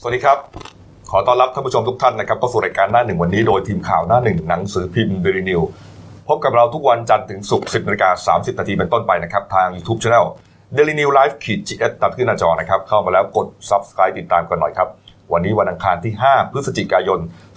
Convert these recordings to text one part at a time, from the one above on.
สวัสดีครับขอต้อนรับท่านผู้ชมทุกท่านนะครับเข้าสู่รายการหน้าหนึ่งวันนี้โดยทีมข่าวหน้าหนึ่งหนังสือพิมพ์ Daily News พบกับเราทุกวันจันทร์ถึงศุกร์ 10:30 น.เป็นต้นไปนะครับทาง YouTube Channel Daily News Live /GS ตามที่หน้าจอนะครับเข้ามาแล้วกด Subscribe ติดตามกันหน่อยครับวันนี้วันอังคารที่5พฤศจิกายน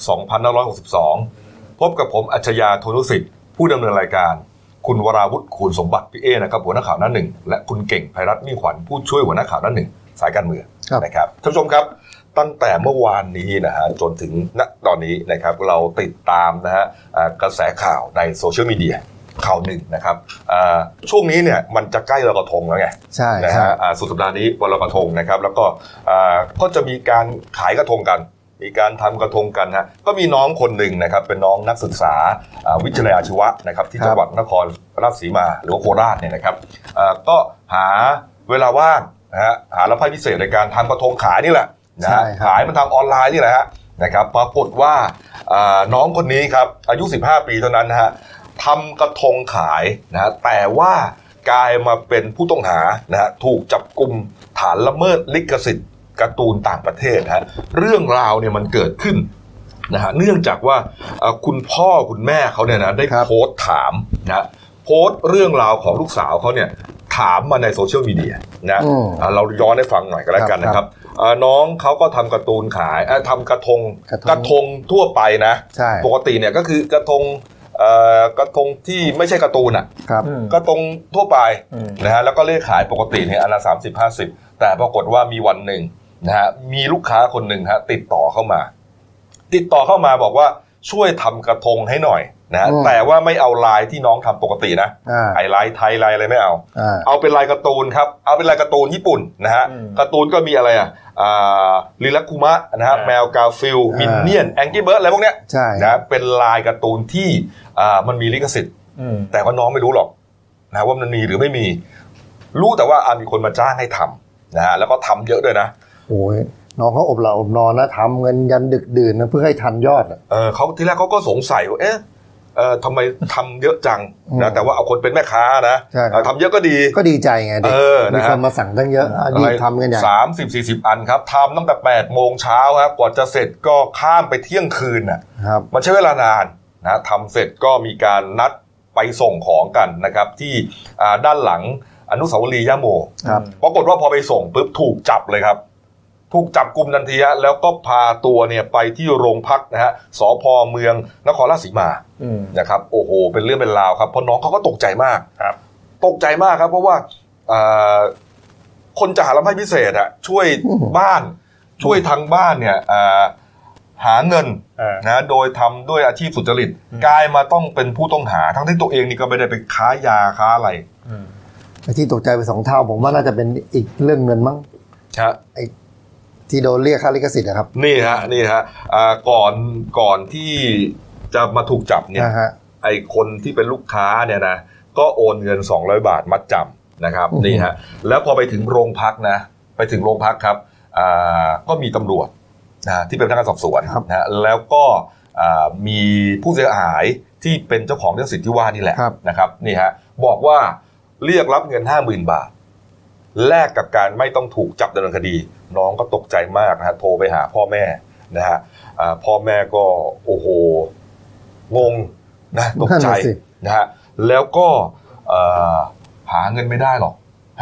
2562พบกับผมอัจฉริยะ โทนุสิทธิ์ผู้ดำเนินรายการคุณวราวุฒิคูณสมบัติพี่เอนะครับหัวหน้าข่าวหน้าหนึ่งและคุณเก่งไพรัตน์มิ่งขวัญผู้ช่วยหัวหน้าข่าวหน้าหนึ่งสายการเมืองนะครับท่านผู้ชมครับตั้งแต่เมื่อวานนี้นะฮะจนถึงณตอนนี้นะครับเราติดตามนะฮะกระแสข่าวในโซเชียลมีเดียข่าวหนึ่งนะครับช่วงนี้เนี่ยมันจะใกล้ลอยกระทงแล้วไงใช่นะฮะสุดสัปดาห์นี้วันลอยกระทงนะครับแล้วก็จะมีการขายกระทงกันมีการทำกระทงกันฮะก็มีน้องคนหนึ่งนะครับเป็นน้องนักศึกษาวิทยาลัยอาชีวะนะครับที่จังหวัดนครราชสีมาหรือว่าโคราชเนี่ยนะครับก็หาเวลาว่างนะฮะหารับไพ่พิเศษในการทำกระทงขายนี่แหละนะฮะขายมันทางออนไลน์นี่แหละฮะนะครับปรากฏว่าน้องคนนี้ครับอายุ15ปีเท่านั้นนะฮะทำกระทงขายนะฮะแต่ว่ากลายมาเป็นผู้ต้องหานะฮะถูกจับกุมฐานละเมิดลิขสิทธิ์การ์ตูนต่างประเทศฮะเรื่องราวเนี่ยมันเกิดขึ้นนะฮะเนื่องจากว่าคุณพ่อคุณแม่เขาเนี่ยนะได้โพสต์ถามนะโพสต์เรื่องราวของลูกสาวเขาเนี่ยถามมาในโซเชียลมีเดียนะเราย้อนให้ฟังหน่อยก็แล้วกันนะครับน้องเขาก็ทำการ์ตูนขายทำกระทงทั่วไปนะปกติเนี่ยก็คือกระทงที่ไม่ใช่การ์ตูนอ่ะกระทงทั่วไปนะฮะแล้วก็เลขขายปกติเนี่ยอันละ30-50แต่ปรากฏว่ามีวันหนึ่งนะฮะมีลูกค้าคนหนึ่งฮะติดต่อเข้ามาบอกว่าช่วยทำกระทงให้หน่อยนะแต่ว่าไม่เอาลายที่น้องทำปกตินะไอลายไทยลายอะไรไม่เอาเป็นลายการ์ตูนครับเอาเป็นลายการ์ตูนญี่ปุ่นนะฮะการ์ตูนก็มีอะไรลิลักคุมะนะฮะแมวกาฟิลมินเนี่ยนแองกี้เบิร์ดอะไรพวกเนี้ยนะเป็นลายการ์ตูนที่มันมีลิขสิทธิ์แต่ว่าน้องไม่รู้หรอกนะว่ามันมีหรือไม่มีรู้แต่ว่ามีคนมาจ้างให้ทำนะฮะแล้วก็ทำเยอะด้วยนะโอ้ยน้องเขาอบหลับอบนอนนะทำเงินยันดึกดื่นนะเพื่อให้ทันยอดเขาทีแรกเขาก็สงสัยว่าทำไมทำเยอะจังนะแต่ว่าเอาคนเป็นแม่ค้านะทำเยอะก็ดีใจไงมีคนมาสั่งตั้งเยอะรีบทำกันอย่าง 30-40 อันครับทำตั้งแต่8 โมงเช้าครับกว่าจะเสร็จก็ข้ามไปเที่ยงคืนมันใช้เวลานานนะทำเสร็จก็มีการนัดไปส่งของกันนะครับที่ด้านหลังอนุสาวรีย์ย่าโมปรากฏว่าพอไปส่งปุ๊บถูกจับเลยครับถูกจับกุมทันทีแล้วก็พาตัวเนี่ยไปที่โรงพักนะฮะสภ.เมืองนครราชสีมานะครับโอ้โหเป็นเรื่องเป็นราวครับเพราะน้องเขาก็ตกใจมากตกใจมากครับเพราะว่าคนจะหารับให้พิเศษช่วยบ้านช่วยทางบ้านเนี่ยหาเงินนะโดยทำด้วยอาชีพสุจริตกลายมาต้องเป็นผู้ต้องหาทั้งที่ตัวเองนี่ก็ไม่ได้ไปค้ายาค้าอะไรที่ตกใจไป2 เท่าผมว่าน่าจะเป็นอีกเรื่องเงินมั้งไอ้ที่โดนเรียกค่าลิขสิทธิ์นะครับนี่ฮะก่อนที่จะมาถูกจับเนี่ยไอ้คนที่เป็นลูกค้าเนี่ยนะก็โอนเงิน200 บาทมัดจำนะครับนี่ฮะแล้วพอไปถึงโรงพักครับก็มีตำรวจที่เป็นพนักงานสอบสวนนะแล้วก็มีผู้เสียหายที่เป็นเจ้าของลิขสิทธิ์ที่ว่านี่แหละนะครับนี่ฮะบอกว่าเรียกรับเงิน 50,000 บาทแลกกับการไม่ต้องถูกจับดำเนินคดีน้องก็ตกใจมากนะฮะโทรไปหาพ่อแม่นะฮะพ่อแม่ก็โอ้โหงงนะตกใจนะฮะแล้วก็หาเงินไม่ได้หรอก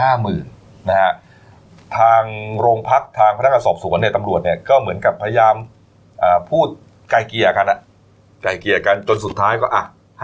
50,000 นะฮะทางโรงพักทางพนักงานสอบสวนเนี่ยตำรวจเนี่ยก็เหมือนกับพยายามพูดไกลเกลี่ยกันจนสุดท้ายก็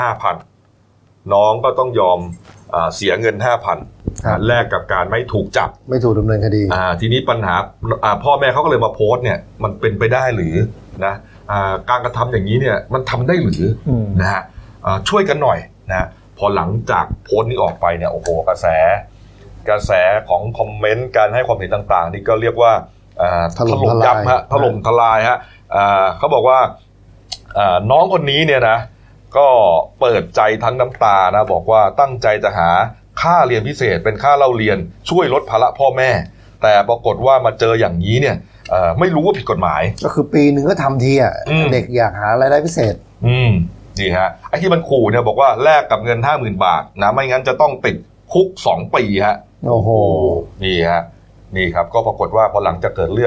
5,000 น้องก็ต้องยอมเสียเงิน 5,000 แลกกับการไม่ถูกจับไม่ถูกดำเนินคดีทีนี้ปัญหาพ่อแม่เขาก็เลยมาโพสต์เนี่ยมันเป็นไปได้หรือนะการกระทำอย่างนี้เนี่ยมันทำได้หรือนะฮะช่วยกันหน่อยนะพอหลังจากโพสต์นี้ออกไปเนี่ยโอ้โหกระแสของคอมเมนต์การให้ความเห็นต่างๆนี่ก็เรียกว่าถล่มยับถล่มทลายเขาบอกว่าน้องคนนี้เนี่ยนะก็เปิดใจทั้งน้ำตานะบอกว่าตั้งใจจะหาค่าเรียนพิเศษเป็นค่าเล่าเรียนช่วยลดภาระพ่อแม่แต่ปรากฏว่ามาเจออย่างนี้เนี่ยไม่รู้ว่าผิดกฎหมายก็คือปีนึงก็ทำทีเด็กอยากหารายได้พิเศษนี่ฮะไอ้ที่มันขู่เนี่ยบอกว่าแลกกับเงิน 50,000 บาทนะไม่งั้นจะต้องติดคุก2 ปีฮะโอ้โหนี่ฮะนี่ครับก็ปรากฏว่าพอหลังจากเกิดเรื่องฮะ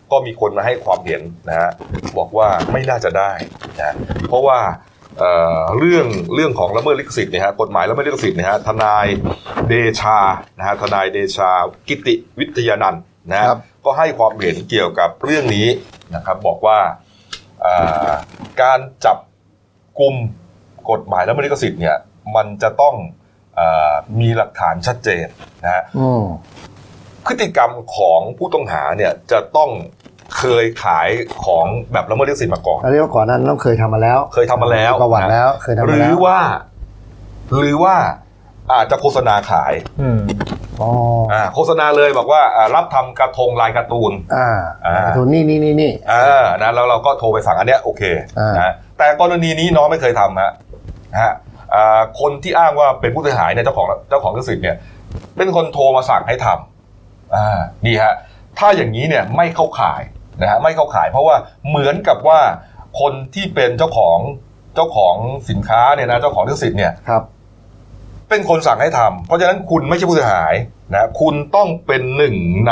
ก็มีคนมาให้ความเห็นนะฮะบอกว่าไม่น่าจะได้นะเพราะว่าเรื่องของละเมิดลิขสิทธิ์เนี่ยฮะกฎหมายละเมิดลิขสิทธิ์เนี่ยฮะทนายเดชานะฮะทนายเดชากิติวิทยานันท์นะก็ให้ความเห็นเกี่ยวกับเรื่องนี้นะครับบอกว่าการจับกุมกฎหมายละเมิดลิขสิทธิ์เนี่ยมันจะต้องมีหลักฐานชัดเจนนะฮะพฤติกรรมของผู้ต้องหาเนี่ยจะต้องเคยขายของแบบละเมิดลิขสิทธิ์มาก่อนเรียกว่าก่อนนั้นต้องเคยทำมาแล้วประวัติแล้วเคยทำมาแล้วหรือว่าอาจจะโฆษณาขายโฆษณาเลยบอกว่ารับทำกระทงลายการ์ตูนการ์ตูนนี่นะแล้วเราก็โทรไปสั่งอันเนี้ยโอเคนะแต่กรณีนี้น้องไม่เคยทำฮะคนที่อ้างว่าเป็นผู้เสียหายเนี่ยเจ้าของลิขสิทธิ์เนี่ยเป็นคนโทรมาสั่งให้ทำนี่ฮะถ้าอย่างนี้เนี่ยไม่เข้าข่ายนะฮะไม่เข้าข่ายเพราะว่าเหมือนกับว่าคนที่เป็นเจ้าของสินค้าเนี่ยนะเจ้าของลิขสิทธิ์เนี่ยเป็นคนสั่งให้ทำเพราะฉะนั้นคุณไม่ใช่ผู้เสียหายนะคุณต้องเป็นหนึ่งใน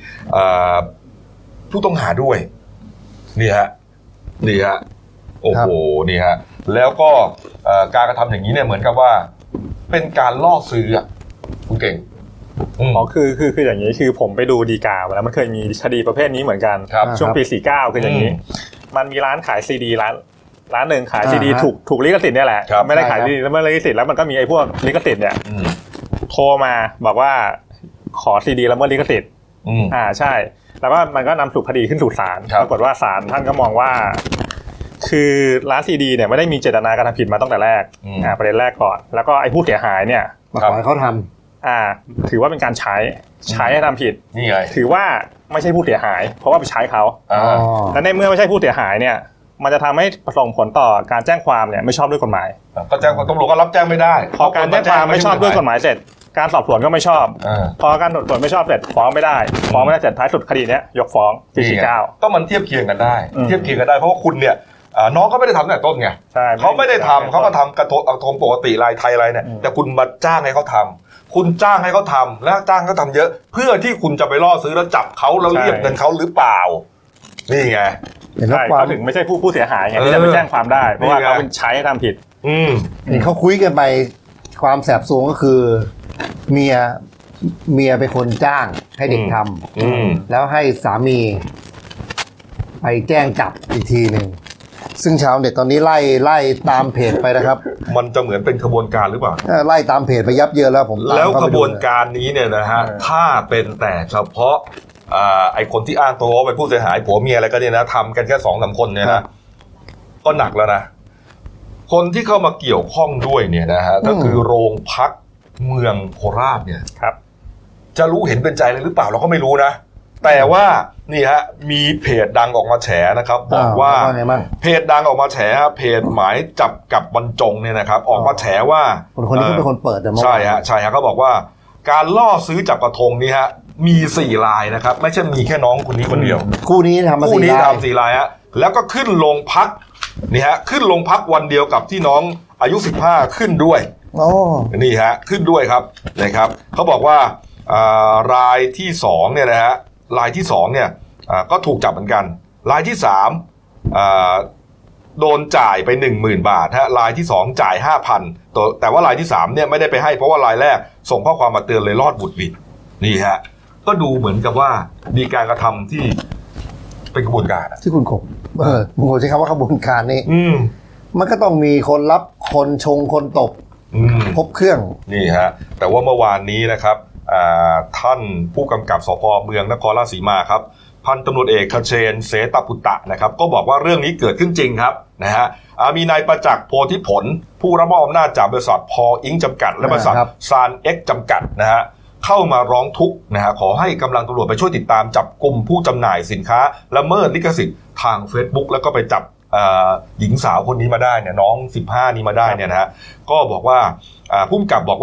ผู้ต้องหาด้วยนี่ฮะโอ้โหนี่ฮะแล้วก็การกระทำอย่างนี้เนี่ยเหมือนกับว่าเป็นการล่อซื้อคุณเก่งคืออย่างนี้คือผมไปดูดีกาแล้วมันเคยมีคดีประเภทนี้เหมือนกันช่วงปี49คืออย่างนี้มันมีร้านขายซีดีร้านหนึ่งขายซีดีถูกลิขสิทธิ์เนี่ยแหละไม่ได้ขายซีดีแล้วไม่ลิขสิทธิ์แล้วมันก็มีไอ้พวกลิขสิทธิ์เนี่ยโทรมาบอกว่าขอซีดีแล้วเมื่อลิขสิทธิ์ใช่แล้วก็มันก็นำสู่คดีขึ้นสู่ศาลปรากฏว่าศาลท่านก็มองว่าคือร้านซีดีเนี่ยไม่ได้มีเจตนาการทำผิดมาตั้งแต่แรกประเด็นแรกก่อนแล้วก็ไอ้ผู้เสียหายเนี่ยมาขอให้เขาทำถือว่าเป็นการใช้ให้ทำผิดนี่ไงถือว่าไม่ใช่ผู้เสียหายเพราะว่าไปใช้เขาและในเมื่อไม่ใช่ผู้เสียหายเนี่ยมันจะทำให้ส่งผลต่อการแจ้งความเนี่ยไม่ชอบด้วยกฎหมายก็แจ้งตำรวจก็รับแจ้งไม่ได้พอการแจ้งความไม่ชอบด้วยกฎหมายเสร็จการสอบสวนก็ไม่ชอบพอการสอบสวนไม่ชอบเสร็จฟ้องไม่ได้เสร็จท้ายสุดคดีนี้ยกฟ้องปี49 ก็มันเทียบเคียงกันได้เพราะว่าคุณเนี่ยน้องเขาไม่ได้ทำตั้งแต่ต้นไงเขาไม่ได้ทำเขาก็ทำกระทงปกติลายไทยอะไรเนี่ยแต่คุณมาจ้างให้เขาทำคุณจ้างให้เขาทำแล้วจ้างเขาทำเยอะเพื่อที่คุณจะไปล่อซื้อแล้วจับเขาแล้วเรียกเงินเขาหรือเปล่านี่ไงเขาถึงไม่ใช่ผู้เสียหายไงที่จะไปแจ้งความได้เพราะว่าเขาเป็นใช้ให้ทำผิดเขาคุยกันไปความแสบโซงก็คือเมียเป็นคนจ้างให้เด็กทำแล้วให้สามีไปแจ้งจับอีกทีหนึ่งซึ่งชาวเน็ตตอนนี้ไล่ตามเพจไปนะครับมันจะเหมือนเป็นขบวนการหรือเปล่าไล่ตามเพจไปยับเยินแล้วผมแล้วขบวนการนี้เนี่ยนะฮะถ้าเป็นแต่เฉพาะไอคนที่อ้างตัวว่าเป็นผู้เสียหายผัวเมียอะไรก็เนี่ยนะทำกันแค่ 2-3 คนเนี่ยนะก็หนักแล้วนะคนที่เข้ามาเกี่ยวข้องด้วยเนี่ยนะฮะก็คือโรงพักเมืองโคราชเนี่ยครับจะรู้เห็นเป็นใจเลยหรือเปล่าเราก็ไม่รู้นะแต่ว่านี่ฮะมีเพจดังออกมาแฉนะครับบอกว่าเพจดังออกมาแฉเพจหมายจับกับบรรจงเนี่ยนะครับออกมาแฉว่าคนนี้เขาเป็นคนเปิดแต่ใช่ฮะเขาบอกว่าการล่อซื้อจับกระทงนี่ฮะมี4รายนะครับไม่ใช่มีแค่น้องคนนี้คนเดียวคู่นี้ทำมา 4รายฮะแล้วก็ขึ้นโรงพักนี่ฮะขึ้นโรงพักวันเดียวกับที่น้องอายุ15ขึ้นด้วยนี่ฮะขึ้นด้วยครับนะครับเขาบอกว่ารายที่2เนี่ยนะฮะรายที่2เนี่ยก็ถูกจับเหมือนกันรายที่3โดนจ่ายไป 10,000 บาทฮะรายที่2จ่าย 5,000 แต่ว่ารายที่3เนี่ยไม่ได้ไปให้เพราะว่ารายแรกส่งข้อความมาเตือนเลยรอดบุดหวิดนี่ฮะก็ดูเหมือนกับว่ามีการกระทำที่เป็นกระบวนการที่คุณขบผมใช้คำว่ากระบวนการนี่มันก็ต้องมีคนรับคนชงคนตบพบเครื่องนี่ฮะแต่ว่าเมื่อวานนี้นะครับท่านผู้กำกับสภ.เมืองนครราชสีมาครับพันตำรวจเอกคเชนเสตปุตตะนะครับก็บอกว่าเรื่องนี้เกิดขึ้นจริงครับนะฮะมีนายประจักษ์โพธิผลผู้รับมอบอำนาจจากบริษัทพออิงจำกัดและบริษัทซานเอ็กจำกัดนะฮะเข้ามาร้องทุกข์นะฮะขอให้กำลังตำรวจไปช่วยติดตามจับกุมผู้จำหน่ายสินค้าละเมิดลิขสิทธิ์ทาง Facebook แล้วก็ไปจับหญิงสาวคนนี้มาได้เนี่ยน้อง15นี้มาได้เนี่ยนะฮะก็บอกว่าผู้กำกับบอกว่า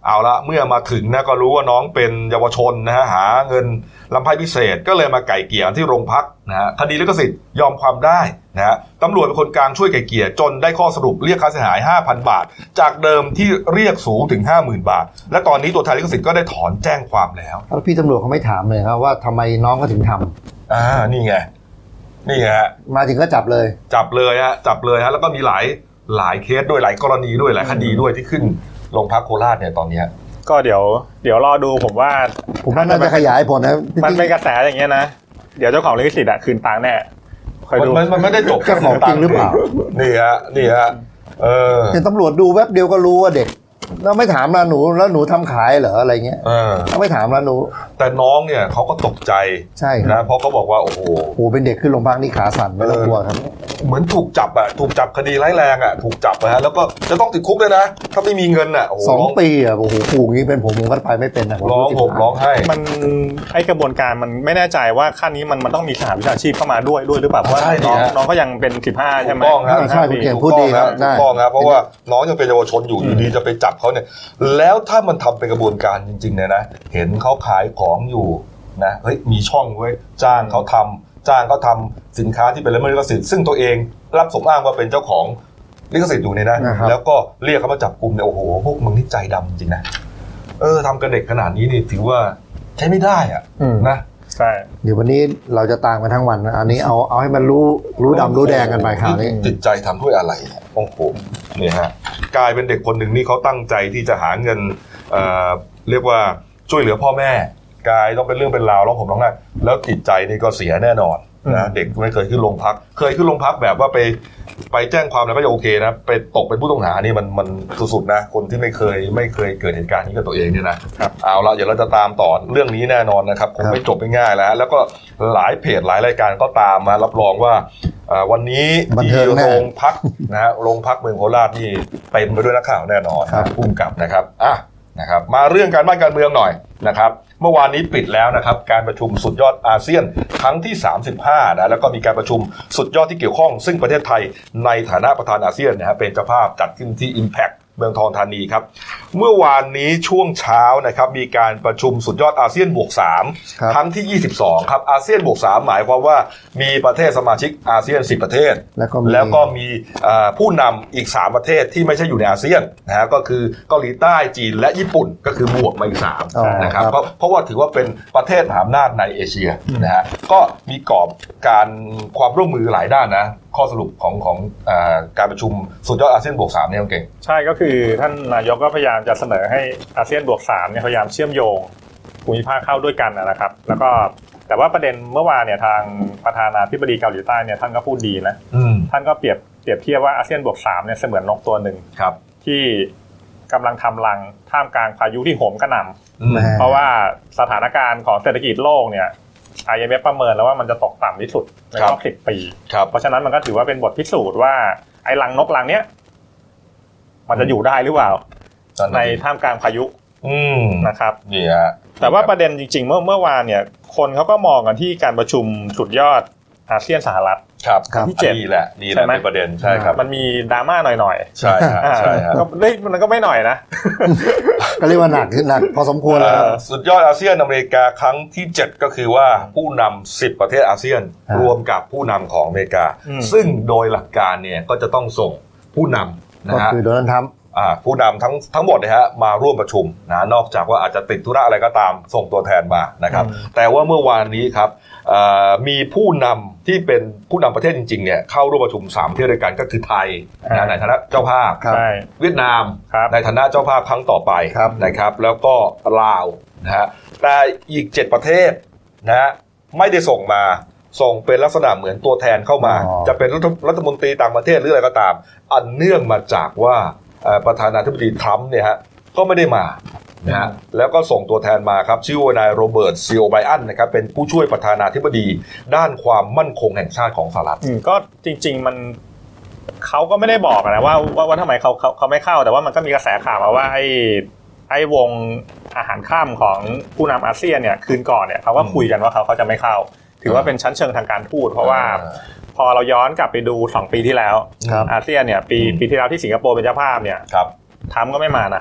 เอาละเมื่อมาถึงนะก็รู้ว่าน้องเป็นเยาวชนนะฮะหาเงินลำไพ่พิเศษก็เลยมาไก่เกลี่ยที่โรงพักนะฮะคดีลิขสิทธิ์ยอมความได้นะฮะตำรวจเป็นคนกลางช่วยไก่เกลี่ยจนได้ข้อสรุปเรียกค่าเสียหาย 5,000 บาทจากเดิมที่เรียกสูงถึง 50,000 บาทและตอนนี้ตัวแทนลิขสิทธิ์ก็ได้ถอนแจ้งความแล้วพี่ตำรวจเขาไม่ถามเลยครับว่าทำไมน้องก็ถึงทำนี่ไงฮะมาถึงก็จับเลยฮะจับเลยฮะแล้วก็มีหลายเคสด้วยหลายกรณีด้วยหลายคดีด้วยที่ขึ้นโรงพักโคราชเนี่ยตอนนี้ก็เดี๋ยวรอดูผมว่าน่าจะขยายผลนะมันเป็นกระแสอย่างเงี้ยนะเดี๋ยวเจ้าของลิขสิทธิ์คืนตังค์แน่คอยดูมันไม่ได้จบเจ้าของจริงหรือเปล่านี่ฮะเห็นตำรวจดูแวบเดียวก็รู้ว่าเด็กแล้วไม่ถามละหนูแล้วหนูทำขายเหรออะไรเงี้ยเขาไม่ถามละหนูแต่น้องเนี่ยเขาก็ตกใจใช่นะเพราะเขาบอกว่าโอ้โหเป็นเด็กขึ้นโรงพักนี่ขาสั่นไม่ต้องกลัวครับเหมือนถูกจับคดีร้ายแรงถูกจับนะฮะแล้วก็จะต้องติดคุกด้วยนะถ้าไม่มีเงิน 2 ปีโอ้โหผูกนี้เป็นผมก็ไปไม่เป็นนะร้องให้มันไอกระบวนการมันไม่แน่ใจว่าขั้นนี้มันต้องมีสหวิชาชีพเข้ามาด้วยหรือเปล่าเพราะว่าน้องก็ยังเป็น15ใช่ไหมต้องครับใช่คุณเก่งพูดดีครับต้องครับเพราะว่าน้องยังเป็นเยาวชนอยู่ดีจะไปจับเขาเนี่ยแล้วถ้ามันทำเป็นกระบวนการจริงๆเนี่ยนะเห็นเขาขายของอยู่นะเฮ้ยมีช่องไว้จ้างเขาทำสินค้าที่เป็นละเมิดลิขสิทธิ์ซึ่งตัวเองรับสมอ้างว่าเป็นเจ้าของลิขสิทธิ์อยู่เนี่ยนะแล้วก็เรียกเขามาจับกุมเนี่ยโอ้โหพวกมึงนี่ใจดำจริงนะทำกับเด็กขนาดนี้นี่ถือว่าใช้ไม่ได้นะใช่เดี๋ยววันนี้เราจะตามกันทั้งวันนะอันนี้เอาให้มันรู้ดำรู้แดงกันไปข่าวนี้จิตใจทำด้วยอะไรโอ้โหเนี่ยฮะกลายเป็นเด็กคนหนึ่งนี่เขาตั้งใจที่จะหาเงินเรียกว่าช่วยเหลือพ่อแม่กลายต้องเป็นเรื่องเป็นราวร้องผมร้องไห้แล้วจิตใจนี่ก็เสียแน่นอนนะเด็กไม่เคยขึ้นโรงพักเคยขึ้นโรงพักแบบว่าไปแจ้งความแล้วก็ยังโอเคนะไปตกเป็นผู้ต้องหานี่มันสุดๆนะคนที่ไม่เคยเกิดเหตุการณ์นี้กับตัวเองเนี่ยนะครับเอาละเดี๋ยวเราจะตามต่อเรื่องนี้แน่นอนนะครับคงไม่จบง่ายๆแล้วก็หลายเพจหลายรายการก็ตามมารับรองว่าวันนี้ที่โรงพักนะฮะโรงพักเมืองโคราชนี่เต็มไปด้วยนักข่าวแน่นอนผู้กำกับนะครับนะครับมาเรื่องการบ้านการเมืองหน่อยนะครับเมื่อวานนี้ปิดแล้วนะครับการประชุมสุดยอดอาเซียนครั้งที่35นะแล้วก็มีการประชุมสุดยอดที่เกี่ยวข้องซึ่งประเทศไทยในฐานะประธานอาเซียนนะฮะเป็นเจ้าภาพจัดขึ้นที่ Impact เมืองทองธานีครับเมื่อวานนี้ช่วงเช้านะครับมีการประชุมสุดยอดอาเซียนบวก3ครั้งที่22ครับอาเซียนบวก3หมายความว่ามีประเทศสมาชิกอาเซียน10ประเทศแล้วก็มีผู้นำอีก3ประเทศที่ไม่ใช่อยู่ในอาเซียนนะฮะก็คือเกาหลีใต้จีนและญี่ปุ่นก็คือบวกมาอีก3นะครับเพราะว่าถือว่าเป็นประเทศมหาอำนาจในเอเชียนะฮะก็มีกรอบการความร่วมมือหลายด้านนะข้อสรุปของการประชุมสุดยอดอาเซียนบวก3เนี่ยเก่งใช่ก็คือท่านนายกก็พยายามจะเสนอให้อาเซียนบวก3เนี่ยพยายามเชื่อมโยงภูมิภาคเข้าด้วยกันนะครับแล้วก็แต่ว่าประเด็นเมื่อวานเนี่ยทางประธานาธิบดีเกาหลีใต้เนี่ยท่านก็พูดดีนะท่านก็เปรียบเทียบว่าอาเซียนบวก3เนี่ยเสมือนนกตัวหนึ่งที่กำลังทำรังท่ามกลางพายุที่โหมกระหน่ำเพราะว่าสถานการณ์ของเศรษฐกิจโลกเนี่ยIMF ประเมินแล้วว่ามันจะตกต่ำที่สุดในรอบ10 ปีเพราะฉะนั้นมันก็ถือว่าเป็นบทพิสูจน์ว่าไอ้รังนกรังเนี้ยมันจะอยู่ได้หรือเปล่าในท่ามกลางพายุนะครับนี่ฮะแต่ว่าประเด็นจริงๆเมื่อวานเนี่ยคนเขาก็มองกันที่การประชุมสุดยอดอาเซียนสหรัฐที่7นี่แหละเป็นประเด็นใช่ครับมันมีดราม่าหน่อยๆใช่ครับใช่ครับมันก็ไม่หน่อยนะก็เรียกว่าหนักพอสมควรแล้วสุดยอดอาเซียนอเมริกาครั้งที่7ก็คือว่าผู้นำ10ประเทศอาเซียนรวมกับผู้นำของอเมริกาซึ่งโดยหลักการเนี่ยก็จะต้องส่งผู้นำนะฮะคือโดนัลด์ทรัมป์ผู้นำทั้งหมดนะฮะมาร่วมประชุมนะนอกจากว่าอาจจะติดธุระอะไรก็ตามส่งตัวแทนมานะครับแต่ว่าเมื่อวานนี้ครับมีผู้นำที่เป็นผู้นำประเทศจริงๆเนี่ยเข้าร่วมประชุม3ประเทศด้วยกันก็คือไทยในฐานะเจ้าภาพเวียดนามในฐานะเจ้าภาพครั้งต่อไปนะครับแล้วก็ลาวนะฮะแต่อีก7ประเทศนะไม่ได้ส่งมาส่งเป็นลักษณะเหมือนตัวแทนเข้ามาจะเป็นรัฐมนตรีต่างประเทศหรืออะไรก็ตามอันเนื่องมาจากว่าประธานาธิบดีทรัมป์เนี่ยฮะก็ไม่ได้มานะฮะแล้วก็ส่งตัวแทนมาครับชื่อว่านายโรเบิร์ตซีโอไบอันนะครับเป็นผู้ช่วยประธานาธิบดีด้านความมั่นคงแห่งชาติของสหรัฐก็จริงๆมันเขาก็ไม่ได้บอกนะว่าทำไมเขาไม่เข้าแต่ว่ามันก็มีกระแสข่าวมาว่าไอ้วงอาหารค่ำของผู้นำอาเซียนเนี่ยคืนก่อนเนี่ยเขาก็คุยกันว่าเขาจะไม่เข้าถือว่าเป็นชั้นเชิงทางการทูตเพราะว่าพอเราย้อนกลับไปดู2ปีที่แล้วอาเซียนเนี่ยปีที่แล้วที่สิงคโปร์เป็นเจ้าภาพเนี่ยทำก็ไม่มานะ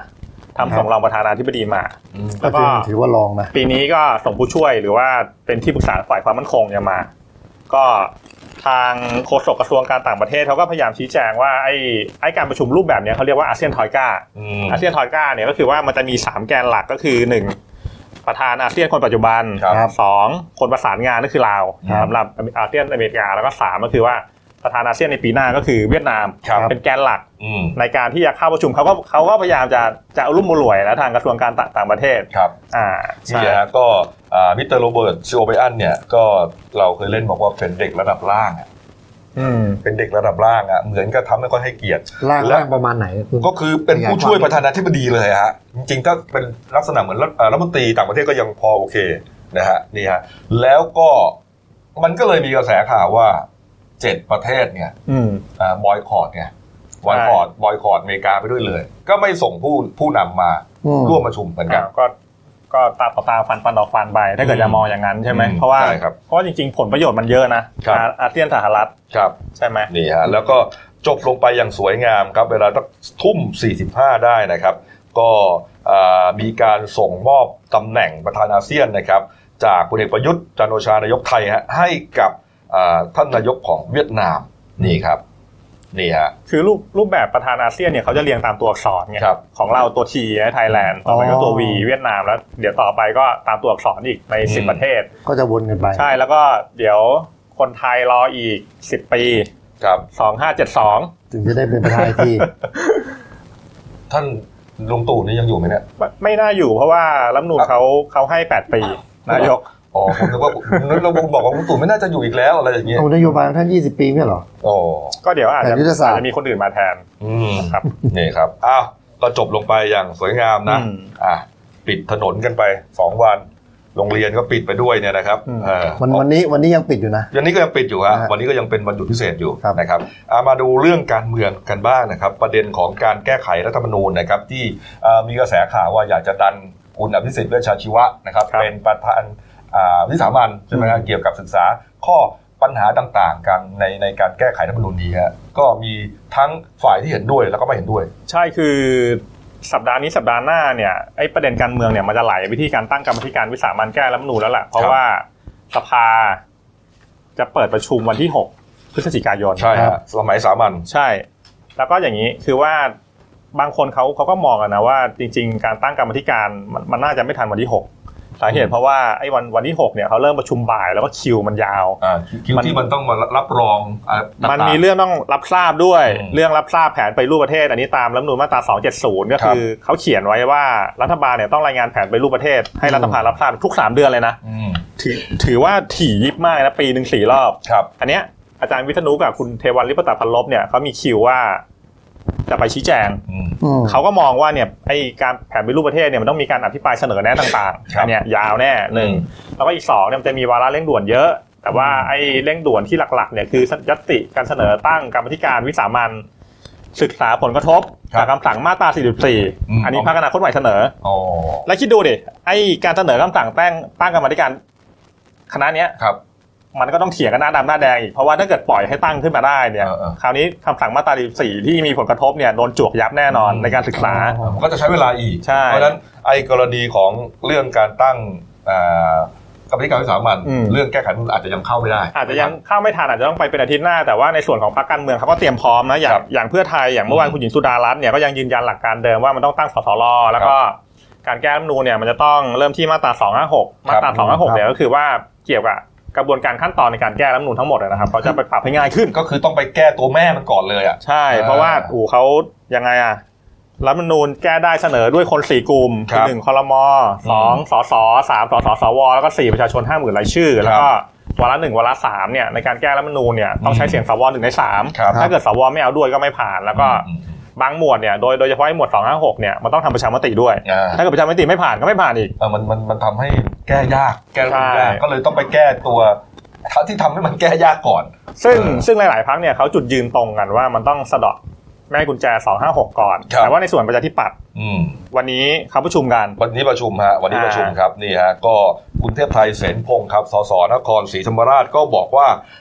ทำส่งรองประธานาธิบดีมาแล้วก็ถือว่าลองนะปีนี้ก็ส่งผู้ช่วยหรือว่าเป็นที่ปรึกษาฝ่ายความมั่นคงเนี่ยมาก็ทางโฆษกกระทรวงการต่างประเทศเขาก็พยายามชี้แจงว่าไอ้การประชุมรูปแบบนี้เขาเรียกว่าอาเซียนทอยก้าอาเซียนทอยก้าเนี่ยก็คือว่ามันจะมี3แกนหลักก็คือ1ประธานอาเซียนคนปัจจุบัน2คนประสานงานก็คือลาวสำหรับอาเซียนอเมริกาแล้วก็3ก็คือว่าประธานอาเซียนในปีหน้าก็คือเวียดนามเป็นแกนหลักในการที่จะเข้าประชุมเขาก็พยายามจะเอารุ่มมารวยนะทางกระทรวงการต่างประเทศครับนี่ฮะก็มิสเตอร์โรเบิร์ตซิโอไบอันเนี่ยก็เราเคยเล่นบอกว่าเป็นเด็กระดับล่างเป็นเด็กระดับล่างเหมือนกับทำไม่ค่อยให้เกียรติล่างประมาณไหนก็คือเป็นผู้ช่วยประธานาธิบดีเลยฮะจริงๆถ้าเป็นลักษณะเหมือนรัฐมนตรีต่างประเทศก็ยังพอโอเคนะฮะนี่ฮะแล้วก็มันก็เลยมีกระแสข่าวว่า7ประเทศเนี่ยบอยคอตไงบอยคอตอเมริกาไปด้วยเลยก็ไม่ส่งผู้นำมาร่วมประชุมเหมือนกันก็ตาต่อตาฟันต่อฟันไปถ้าเกิดจะมองอย่างนั้นใช่ไหมเพราะว่าจริงๆผลประโยชน์มันเยอะนะอาเซียนสหรัฐใช่ไหมนี่ฮะแล้วก็จบลงไปอย่างสวยงามครับเวลาตั้งทุ่ม45ได้นะครับก็มีการส่งมอบตำแหน่งประธานอาเซียนนะครับจากพลเอกประยุทธ์จันทร์โอชานายกไทยฮะให้กับท่านนายกของเวียดนามนี่ครับนี่ฮะคือรูปแบบประธานอาเซียนเนี่ยเขาจะเรียงตามตัวอักษรไงของเราตัว T ไทยแลนด์ต่อไปก็ตัว V เวียดนามแล้วเดี๋ยวต่อไปก็ตามตัวอักษรอีกใน10ประเทศก็จะวนกันไปใช่แล้วก็เดี๋ยวคนไทยรออีก10ปีครับ 2572 ถึงจะได้เป็นประธานที่ท่านลุงตู่นี่ยังอยู่ไหมเนี่ยไม่น่าอยู่เพราะว่ารัฐธรรมนูญเขาให้8ปีนายกผมนึกว่าเราบอกว่าลุงตู่ไม่น่าจะอยู่อีกแล้วอะไรอย่างเงี้ยนโยบายท่าน20ปีไม่หรอก็เดี๋ยวอาจจะมีคนอื่นมาแทนครับนี่ครับอ้าวก็จบลงไปอย่างสวยงามนะปิดถนนกันไป2วันโรงเรียนก็ปิดไปด้วยเนี่ยนะครับวันนี้ยังปิดอยู่นะวันนี้ก็ยังปิดอยู่ฮะวันนี้ก็ยังเป็นวันหยุดพิเศษอยู่นะครับมาดูเรื่องการเมืองกันบ้างนะครับประเด็นของการแก้ไขรัฐธรรมนูญนะครับที่มีกระแสข่าวว่าอยากจะดันคุณอภิสิทธิ์เวชชาชีวะนะครับเป็นประธานวิสามัญใช่ไหมครับเกี่ยวกับศึกษาข้อปัญหาต่างๆกันในการแก้ไขรัฐธรรมนูญนี้ฮะก็มีทั้งฝ่ายที่เห็นด้วยแล้วก็ไม่เห็นด้วยใช่คือสัปดาห์นี้สัปดาห์หน้าเนี่ยไอ้ประเด็นการเมืองเนี่ยมันจะไหลไปที่การตั้งกรรมธิการวิสามัญแก้รัฐธรรมนูญแล้วแหละเพราะว่าสภาจะเปิดประชุมวันที่6พฤศจิกายนใช่ครับสมัยสามัญใช่แล้วก็อย่างนี้คือว่าบางคนเขาก็มองกันนะว่าจริงๆการตั้งกรรมธิการมันน่าจะไม่ทันวันที่6สาเหตุเพราะว่าไอ้วันที่6เนี่ยเขาเริ่มประชุมบ่ายแล้วก็คิวมันยาวคิวที่มันต้องมารับรองมันมีเรื่องต้องรับทราบด้วยเรื่องรับทราบแผนไปรูปประเทศอันนี้ตามรัฐธรรมนูญมาตรา270ก็คือเขาเขียนไว้ว่ารัฐบาลเนี่ยต้องรายงานแผนไปรูปประเทศให้รัฐสภารับทราบทุก3เดือนเลยนะถือว่าถี่ยิบมากนะปีนึง4รอบอันเนี้ยอาจารย์วิษณุกับคุณเทวันลิปตพันลบเนี่ยเขามีคิวว่าจะไปชี้แจงเขาก็มองว่าเนี่ยไอ้การแผนปฏิรูปประเทศเนี่ยมันต้องมีการอภิปรายเสนอแนะต่างๆอันเนี้ยยาวแน่1แล้วก็อีก2เนี่ยมันจะมีวาระเร่งด่วนเยอะแต่ว่าไอ้เร่งด่วนที่หลักๆเนี่ยคือญัตติการเสนอตั้งกรรมธิการวิสามัญศึกษาผลกระทบจากคำสั่งมาตรา44อันนี้พรรคอนาคตใหม่เสนอแล้วคิดดูดิไอ้การเสนอคำสั่งตั้งกรรมธิการคณะเนี้ยมันก็ต้องเถียงกันหน้าดำหน้าแดงอีกเพราะว่าถ้าเกิดปล่อยให้ตั้งขึ้นมาได้เนี่ยคราวนี้คำสั่งมาตรา44ที่มีผลกระทบเนี่ยโดนจวกยับแน่นอนในการศึกษาก็จะใช้เวลาอีกเพราะฉะนั้นไอ้กรณีของเรื่องการตั้งกรรมธิการวิสามัญเรื่องแก้ไขรัฐธรรมนูญอาจจะยังเข้าไม่ได้อาจจะยังเข้าไม่ทันอาจจะต้องไปเป็นอาทิตย์หน้าแต่ว่าในส่วนของพรรคการเมืองเขาก็เตรียมพร้อมนะอย่างเพื่อไทยอย่างเมื่อวานคุณหญิงสุดารัตน์เนี่ยก็ยังยืนยันหลักการเดิมว่ามันต้องตั้งสสรแล้วก็การแก้รัฐธรรมนูญเนี่ยมันจะต้องเริ่มที่มาตรา256มาตรา256เนี่ยก็คือว่าเกี่ยวกับกระบวนการขั้นตอนในการแก้รัฐธรรมนูญทั้งหมดนะครับเขาจะไปปรับให้ง่ายขึ้นก็คือต้องไปแก้ตัวแม่มันก่อนเลยอ่ะใช่เพราะว่าเขายังไงอ่ะรัฐธรรมนูญแก้ได้เสนอด้วยคน4กลุ่ม1ครม2สส3สสสวแล้วก็4ประชาชน 50,000 รายชื่อแล้วก็วาระ1วาระ3เนี่ยในการแก้รัฐธรรมนูญเนี่ยต้องใช้เสียงสว1ใน3ถ้าเกิดสวไม่เอาด้วยก็ไม่ผ่านแล้วก็บางหมวดเนี่ยโดยเฉพาะหมวด256เนี่ยมันต้องทำประชามติด้วยถ้าเกิดประชามติไม่ผ่านก็ไม่ผ่านอีกมันทำให้แก้ยากแก้ยากก็เลยต้องไปแก้ตัวที่ทำให้มันแก้ยากก่อนซึ่งหลายๆพรรคเนี่ยเขาจุดยืนตรงกันว่ามันต้องสะเดาะแม่กุญแจ256ก่อนแต่ว่าในส่วนประชาธิปัตย์วันนี้เขาประชุมกันวันนี้ประชุมครับนี่ฮะก็คุณเทพไทยเสนพงศ์ครับสสนครศรีธรรมราชก็บอกว่า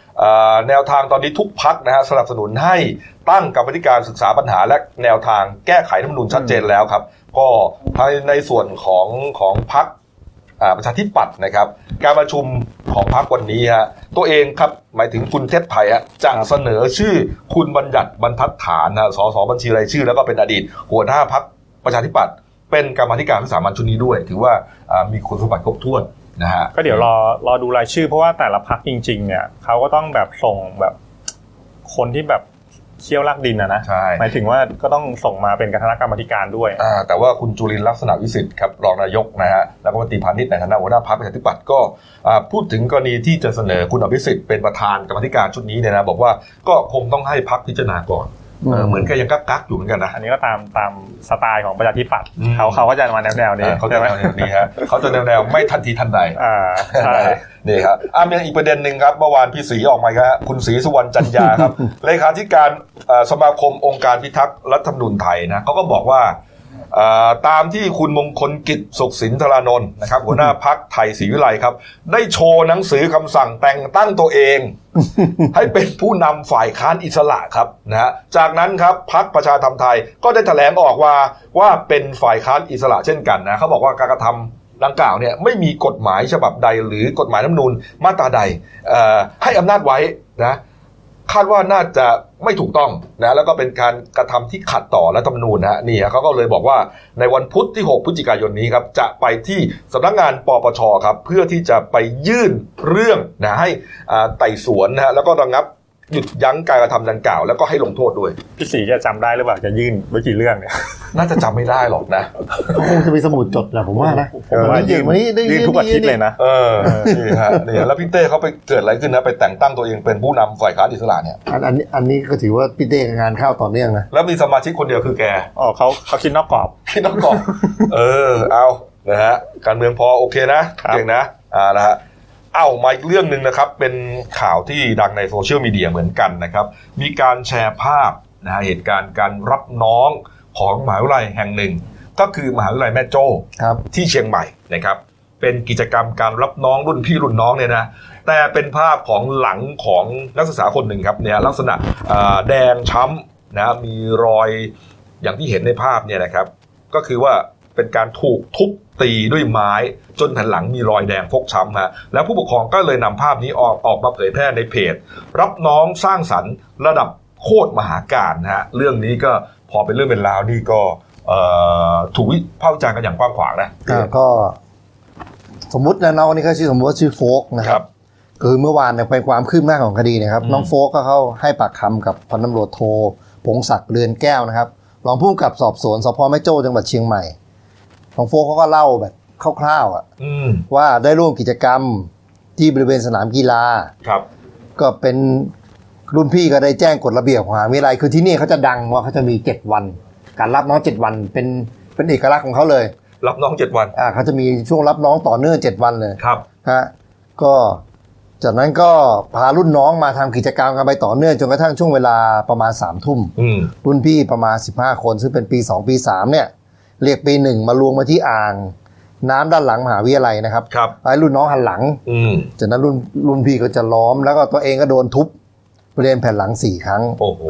แนวทางตอนนี้ทุกพรรคนะฮะสนับสนุนให้ตั้งกรรมาธิการศึกษาปัญหาและแนวทางแก้ไขรัฐธรรมนูญชัดเจนแล้วครับก็ในส่วนของพรรคประชาธิปัตย์นะครับการประชุมของพรรควันนี้ฮะตัวเองครับหมายถึงคุณเทพไทยจะเสนอชื่อคุณบัญญัติบรรทัดฐานสสบัญชีรายชื่อแล้วก็เป็นอดีตหัวหน้าพรรคประชาธิปัตย์เป็นกรรมาธิการวิสามัญชุดนี้ด้วยถือว่ามีคุณสมบัติครบถ้วนนะฮะก็เดี๋ยวรอดูรายชื่อเพราะว่าแต่ละพรรคจริงๆเนี่ยเขาก็ต้องแบบส่งแบบคนที่แบบเชี่ยวลากดินนะหมายถึงว่าก็ต้องส่งมาเป็นคณะกรรมาธิการด้วยแต่ว่าคุณจุลินทร์ลักษณะวิสิทธิ์ครับรองนายกนะฮะแล้วก็รัฐมนตรีพาณิชย์ในฐานะหัวหน้าพรรคประชาธิปัตย์ก็พูดถึงกรณีที่จะเสนอคุณอภิสิทธิ์เป็นประธานกรรมาธิการชุดนี้เนี่ยนะบอกว่าก็คงต้องให้พรรคพิจารณาก่อนเหมือนกับยังกักอยู่เหมือนกันนะอันนี้ก็ตามสไตล์ของประชาธิปัตย์เขาก็จะมาแนวนี้เขาจะแนวนี้ฮะเขาจะแนวไม่ทันทีทันใดใช่นี่ครับมีอีกประเด็นหนึ่งครับเมื่อวานพี่ศรีออกมาครับคุณศรีสุวรรณจันยาครับเลขาธิการสมาคมองค์การพิทักษ์รัฐธรรมนูญไทยนะเขาก็บอกว่าตามที่คุณมงคลกิจสุขสินธารานนท์นะครับหัวหน้าพรรคไทยศรีวิไลครับได้โชว์หนังสือคำสั่งแต่งตั้งตัวเอง ให้เป็นผู้นำฝ่ายค้านอิสระครับนะฮะจากนั้นครับพรรคประชาธรรมไทยก็ได้แถลงออกว่าเป็นฝ่ายค้านอิสระเช่นกันนะเขาบอกว่าการกระทำดังกล่าวเนี่ยไม่มีกฎหมายฉบับใดหรือกฎหมายรัฐธรรมนูญมาตราใดให้อำนาจไว้นะคาดว่าน่าจะไม่ถูกต้องนะแล้วก็เป็นการกระทำที่ขัดต่อรัฐธรรมนูญนะนี่เขาก็เลยบอกว่าในวันพุธที่6พฤศจิกายนนี้ครับจะไปที่สำนักงานปปชครับเพื่อที่จะไปยื่นเรื่องนะให้ไต่สวนนะฮะแล้วก็ระงับหยุดยั้งการกระทำดังกล่าวแล้วก็ให้ลงโทษด้วยพี่ศรีจะจำได้หรือเปล่าจะยื่นไว้กี่เรื่องเนี่ยน่าจะจำไม่ได้หรอกนะคงจะมีสมุดจดแหละผมว่านะยื่นทุกอาทิตย์เลยนะนี่ฮะนี่แล้วพี่เต้เขาไปเกิดอะไรขึ้นนะไปแต่งตั้งตัวเองเป็นผู้นำฝ่ายค้านอิสระเนี่ยอันนี้ก็ถือว่าพี่เต้งานเข้าต่อเนื่องนะแล้วมีสมาชิกคนเดียวคือแกเขาคิดนอกกรอบเอานะฮะการเมืองพอโอเคนะเก่งนะนะฮะมาอีกเรื่องนึงนะครับเป็นข่าวที่ดังในโซเชียลมีเดียเหมือนกันนะครับมีการแชร์ภาพนะฮะเหตุการณ์การรับน้องของมหาวิทยาลัยแห่งหนึ่งก็คือมหาวิทยาลัยแม่โจ้ที่เชียงใหม่นะครับเป็นกิจกรรมการรับน้องรุ่นพี่รุ่นน้องเนี่ยนะแต่เป็นภาพของหลังของนักศึกษาคนหนึ่งครับเนี่ยลักษณะแดงช้ำนะมีรอยอย่างที่เห็นในภาพเนี่ยนะครับก็คือว่าเป็นการถูกทุบตีด้วยไม้จนแผ่นหลังมีรอยแดงฟกช้ำฮะแล้วผู้ปกครองก็เลยนำภาพนี้ออกมาเผยแพร่ในเพจรับน้องสร้างสรรค์ระดับโคตรมหาการนะฮะเรื่องนี้ก็พอเป็นเรื่องเป็นราวนี่ก็ถูกวิพากษ์วิจารณ์กันอย่างกว้างขวางนะก็สมมุตินะน้องนี่เขาสมมติว่าชื่อโฟกนะครับคือเมื่อวานเนี่ยเป็นความคืบหน้าของคดีนะครับน้องโฟกก็เข้าให้ปากคำกับพันตำรวจโทพงศักดิ์เรือนแก้วนะครับรองผู้กำกับสอบสวนสพแม่โจ้จังหวัดเชียงใหม่ของโฟกเขาก็เล่าแบบคร่าวๆว่าได้ร่วมกิจกรรมที่บริเวณสนามกีฬาครับก็เป็นรุ่นพี่ก็ได้แจ้งกฎระเบียบของมหาวิทยาลัยคือที่นี่เขาจะดังว่าเขาจะมี7วันการรับน้อง7วันเป็นเอกลักษณ์ของเขาเลยรับน้อง7วันเขาจะมีช่วงรับน้องต่อเนื่อง7วันเลยครับฮะก็จากนั้นก็พารุ่นน้องมาทำกิจกรรมกันไปต่อเนื่องจนกระทั่งช่วงเวลาประมาณ 3 ทุ่มรุ่นพี่ประมาณ15คนซึ่งเป็นปี2ปี3เนี่ยเรียกปี1มารวมมาที่อ่างน้ำด้านหลังมหาวิทยาลัยนะครับไอ้รุ่นน้องหันหลังจากนั้นรุ่นพี่ก็จะล้อมแล้วก็ตัวเองก็โดนทุบบริเวณแผ่นหลัง4ครั้งโอ้โห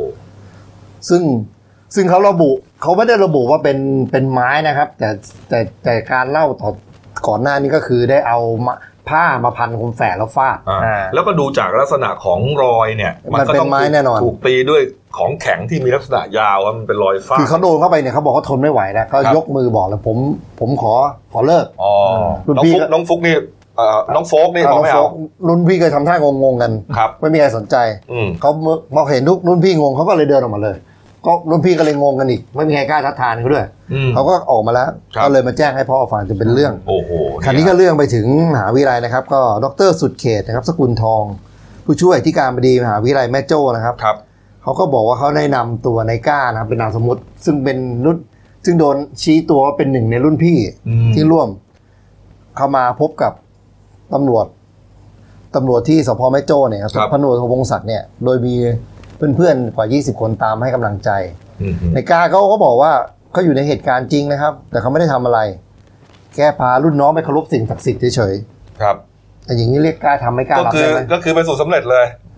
ซึ่งเขาไม่ได้ระบุว่าเป็นไม้นะครับแต่การเล่าก่อนหน้านี้ก็คือได้เอาผ้ามาพันคมแฝกแล้วฟาดแล้วก็ดูจากลักษณะของรอยเนี่ยมันก็ต้องถูกตีด้วยของแข็งที่มีลักษณะยาวมันเป็นรอยฟาดคือเขาโดนเข้าไปเนี่ยเขาบอกเขาทนไม่ไหวแล้วเขายกมือบอกแล้วผมขอเลิกน้องฟุกนี่น้องโฟกนี่บอกไม่เอารุ่นพี่เคยทำท่างงๆกันไม่มีใครสนใจเขาพอเห็นรุ่นพี่งงเขาก็เลยเดินออกมาเลยก็รุ่นพี่ก็เลยงงกันอีกไม่มีใครกล้าทัดทานเขาด้วยเขาก็ออกมาแล้วก็เลยมาแจ้งให้พ่อฟังจะเป็นเรื่องคราวนี้ก็เรื่องไปถึงมหาวิทยาลัยนะครับก็ดร.สุดเขตนะครับสกุลทองผู้ช่วยที่การบดีมหาวิทยาลัยแม่โจ้นะครับเขาก็บอกว่าเขาได้นำตัวในก้านะครับเป็นนามสมมุติซึ่งเป็นรุ่นซึ่งโดนชี้ตัวว่าเป็นหนึ่งในรุ่นพี่ที่ร่วมเข้ามาพบกับตำรวจที่สพแม่โจ้เนี่ยครับพันตำรวจโทพงศักดิ์เนี่ยโดยมีเพื่อนๆกว่า20คนตามให้กำลังใจในกาเขาก็บอกว่าเขาอยู่ในเหตุการณ์จริงนะครับแต่เขาไม่ได้ทำอะไรแค่พารุ่นน้องไปเคารพสิ่งศักดิ์สิทธิ์เฉยๆครับแต่อย่างนี้เรียกกล้าทำไม่กล้ารับได้ไหมก็คือไปสู่สำเร็จเลย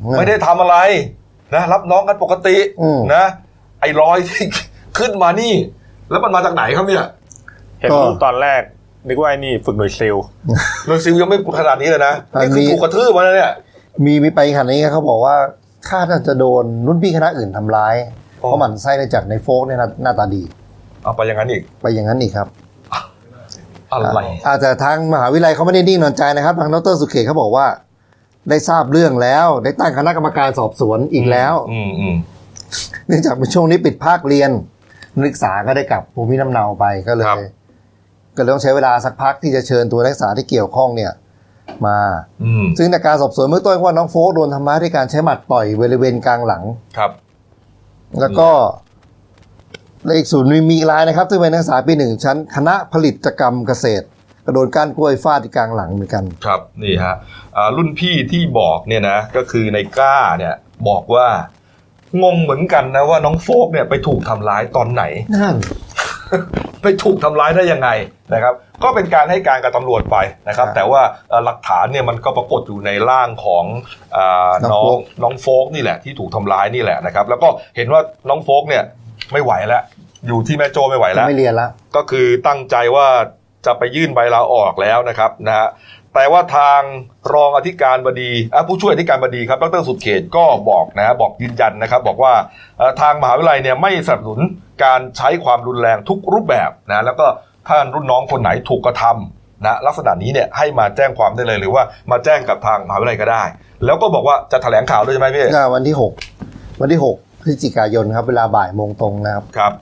ไม่ได้ทำอะไรนะรับน้องกันปกตินะไอ้รอยที่ขึ้นมานี่แล้วมันมาจากไหนครับเนี่ยเห็นรูปตอนแรกนึกว่านี่ฝึกหน่วยซิลยังไม่ขนาดนี้เลยนะนี่คือถูกกระทืบมาแล้วเนี่ยมีไปขนาดนี้เขาบอกว่าคาดว่าจะโดนรุ่นพี่คณะอื่นทำร้ายเพราะมันไส้ในจากในโฟกเนี่ยหน้าตาดีเอาไปอย่างนั้นอีกครับอะไรอาจจะทางมหาวิทยาลัยเขาไม่ได้นิ่งนอนใจนะครับทางดร.สุเขตเขาบอกว่าได้ทราบเรื่องแล้วได้ตั้งคณะกรรมการสอบสวนอีกแล้วเนื่องจากเป็นช่วงนี้ปิดภาคเรียนนักศึกษาก็ได้กลับภูมิลำเนาไปก็เลยต้องใช้เวลาสักพักที่จะเชิญตัวนักศึกษาที่เกี่ยวข้องเนี่ยมาซึ่งในการสอบสวนเมื่อต้นว่าน้องโฟกโดนทำร้ายด้วยการใช้หมัดต่อยบริเวณกลางหลังครับแล้วก็ในอีกส่วนมีอีกรายนะครับซึ่งเป็นนักศึกษาปี 1ชั้นคณะผลิตกรรมเกษตรกระโดนก้านกล้วยฟาดที่กลางหลังเหมือนกันครับนี่ฮะรุ่นพี่ที่บอกเนี่ยนะก็คือในกล้าเนี่ยบอกว่างงเหมือนกันนะว่าน้องโฟกเนี่ยไปถูกทำร้ายตอนไหนนั่นไปถูกทำร้ายได้ยังไงนะครับก็เป็นการให้การกับตำรวจไปนะครับแต่ว่าหลักฐานเนี่ยมันก็ปรากฏอยู่ในร่างของน้องโฟกนี่แหละที่ถูกทำร้ายนี่แหละนะครับแล้วก็เห็นว่าน้องโฟกเนี่ยไม่ไหวแล้วอยู่ที่แม่โจ้ไม่ไหวแล้วไม่เรียนแล้วก็คือตั้งใจว่าจะไปยื่นใบลาออกแล้วนะครับนะฮะแต่ว่าทางรองอธิการบดีผู้ช่วยอธิการบดีครับดร.สุเขตก็บอกนะบอกยืนยันนะครับบอกว่าทางมหาวิทยาลัยเนี่ยไม่สนับสนุนการใช้ความรุนแรงทุกรูปแบบนะแล้วก็ถ้ารุ่นน้องคนไหนถูกกระทำนะลักษณะนี้เนี่ยให้มาแจ้งความได้เลยหรือว่ามาแจ้งกับทางมหาวิทยาลัยก็ได้แล้วก็บอกว่าจะแถลงข่าวด้วยใช่ไหมพี่วันที่6พฤศจิกายนครับเวลาบ่ายโมงตรงนะครับครับ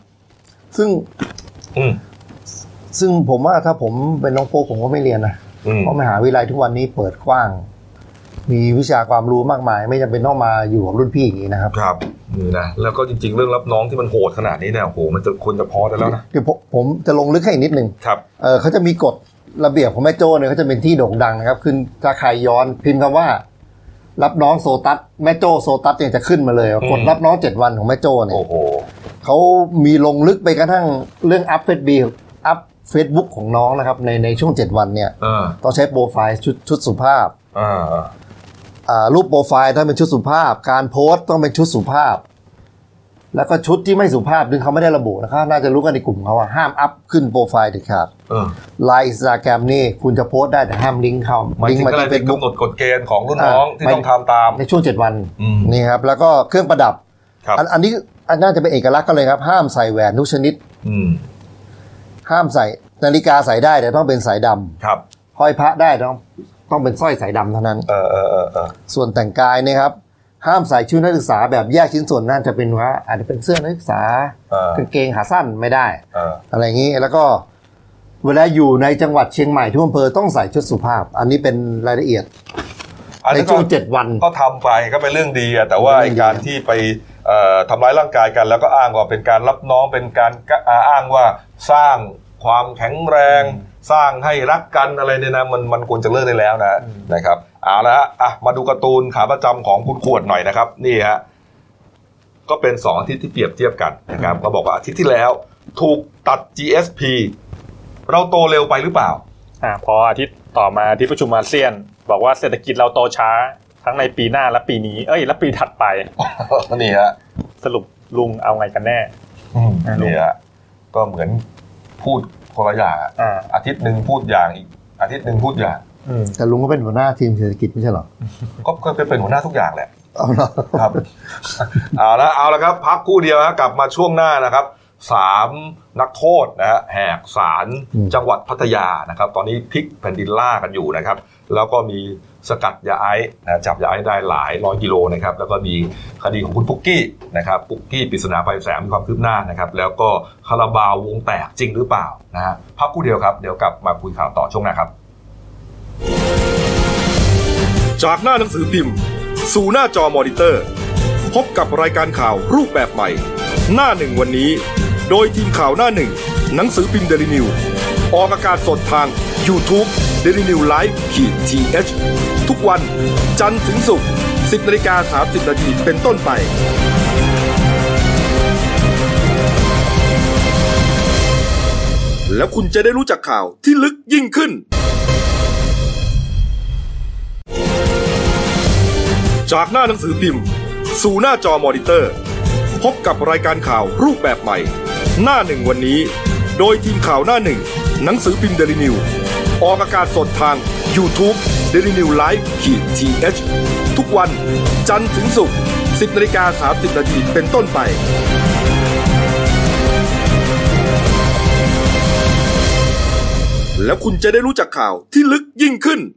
ซึ่งผมว่าถ้าผมเป็นน้องโฟกผมก็ไม่เรียนนะเพราะมหาวิทยาลัยทุกวันนี้เปิดกว้างมีวิชาความรู้มากมายไม่จำเป็นต้องมาอยู่กับรุ่นพี่อย่างนี้นะครับครับนี่นะแล้วก็จริงๆเรื่องรับน้องที่มันโหดขนาดนี้เนี่ยโอ้โหมันจะควรจะพอได้แล้วนะเดี๋ยวผมจะลงลึกให้อีกนิดนึงครับเขาจะมีกฎระเบียบของแม่โจ้เนี่ยเขาจะเป็นที่โด่งดังนะครับขึ้นถ้าใครย้อนพิมพ์คำว่ารับน้องโซตัสแม่โจ้โซตัสเนี่ยจะขึ้นมาเลยกฎรับน้อง7วันของแม่โจ้เนี่ยโอ้โหเขามีลงลึกไปกระทั่งเรื่องอัพเฟซบุ๊กของน้องนะครับในช่วง7วันเนี่ยต้องใช้โปรไฟล์ชุดสุภาพรูปโปรไฟล์ต้องเป็นชุดสุภาพการโพสต์ต้องเป็นชุดสุภาพแล้วก็ชุดที่ไม่สุภาพดึงเขาไม่ได้ระบุนะครับน่าจะรู้กันในกลุ่มเขาว่าห้ามอัพขึ้นโปรไฟล์เด็ดขาดไลน์ Instagram นี่คุณจะโพสต์ได้แต่ห้ามลิงก์เข้าลิงก์มาที่ Facebook กำหนดกฎเกณฑ์ของรุ่นน้องที่ต้องทำตามในช่วง7วันนี่ครับแล้วก็เครื่องประดับอันนี้น่าจะเป็นเอกลักษณ์กันเลยครับห้ามใส่แหวนทุกชนิดห้ามใส่นาฬิกาใส่ได้แต่ต้องเป็นสายดำครับห้อยพระได้ต้องเป็นสร้อยสายดำเท่านั้นส่วนแต่งกายเนี่ยครับห้ามใส่ชุดนักศึกษาแบบแยกชิ้นส่วนนั่นจะเป็นว่าอาจจะเป็นเสื้อนักศึกษากางเกงขาสั้นไม่ได้อะไรอย่างนี้แล้วก็เวลาอยู่ในจังหวัดเชียงใหม่ทุกอำเภอต้องใส่ชุดสุภาพอันนี้เป็นรายละเอียดในช่วง7วันก็ทำไปก็เป็นเรื่องดีแต่ว่าการที่ไปทำร้ายร่างกายกันแล้วก็อ้างว่าเป็นการรับน้องเป็นการอ้างว่าสร้างความแข็งแรงสร้างให้รักกันอะไรเนี่ยนะมันควรจะเลิกได้แล้วนะครับเอาละฮะมาดูการ์ตูนขาประจำของคุณขวดหน่อยนะครับนี่ฮะก็เป็น2อาทิตย์ที่เปรียบเทียบกันนะครับก็บอกว่าอาทิตย์ที่แล้วถูกตัด GSP เราโตเร็วไปหรือเปล่าพออาทิตย์ต่อมาที่ประชุมอาเซียนบอกว่าเศรษฐกิจเราโตช้าทั้งในปีหน้าและปีนี้และปีถัดไปนี่ฮะสรุปลุงเอาไงกันแน่นี่ฮะก็เหมือนพูดคนละอย่างอาทิตย์นึงพูดอย่างอีกอาทิตย์นึงพูดอย่างแต่ลุงก็เป็นหัวหน้าทีมเศรษฐกิจไม่ใช่หรอก็เป็นหัวหน้าทุกอย่างแหละครับเอาละครับพักคู่เดียวกลับมาช่วงหน้านะครับ3นักโทษนะฮะแหกศาลจังหวัดพัทยานะครับตอนนี้พลิกแผ่นดินล่ากันอยู่นะครับแล้วก็มีสกัดยาไอซ์จับยาไอซ์ได้หลายร้อยกิโลนะครับแล้วก็มีคดีของคุณปุ๊กกี้นะครับปุ๊กกี้ปริศนาไพแสงมีความคืบหน้านะครับแล้วก็คาราบาววงแตกจริงหรือเปล่านะฮะพักคู่เดียวครับเดี๋ยวกลับมาคุยข่าวต่อช่วงหน้าครับจากหน้าหนังสือพิมพ์สู่หน้าจอมอนิเตอร์พบกับรายการข่าวรูปแบบใหม่หน้าหนึ่งวันนี้โดยทีมข่าวหน้าหนึ่งหนังสือพิมพ์ Daily News ออกอากาศสดทาง YouTube Daily News Live-TH ทุกวันจันทร์ถึงศุกร์ 10:30 น.เป็นต้นไปแล้วคุณจะได้รู้จักข่าวที่ลึกยิ่งขึ้นจากหน้าหนังสือพิมพ์สู่หน้าจอมอนิเตอร์พบกับรายการข่าวรูปแบบใหม่หน้าหนึ่งวันนี้โดยทีมข่าวหน้าหนึ่งหนังสือพิมพ์ Daily News ออกอากาศสดทาง YouTube Daily News Live-TH ทุกวันจันทร์ถึงศุกร์ 10:30 น.เป็นต้นไปแล้วคุณจะได้รู้จักข่าวที่ลึกยิ่งขึ้น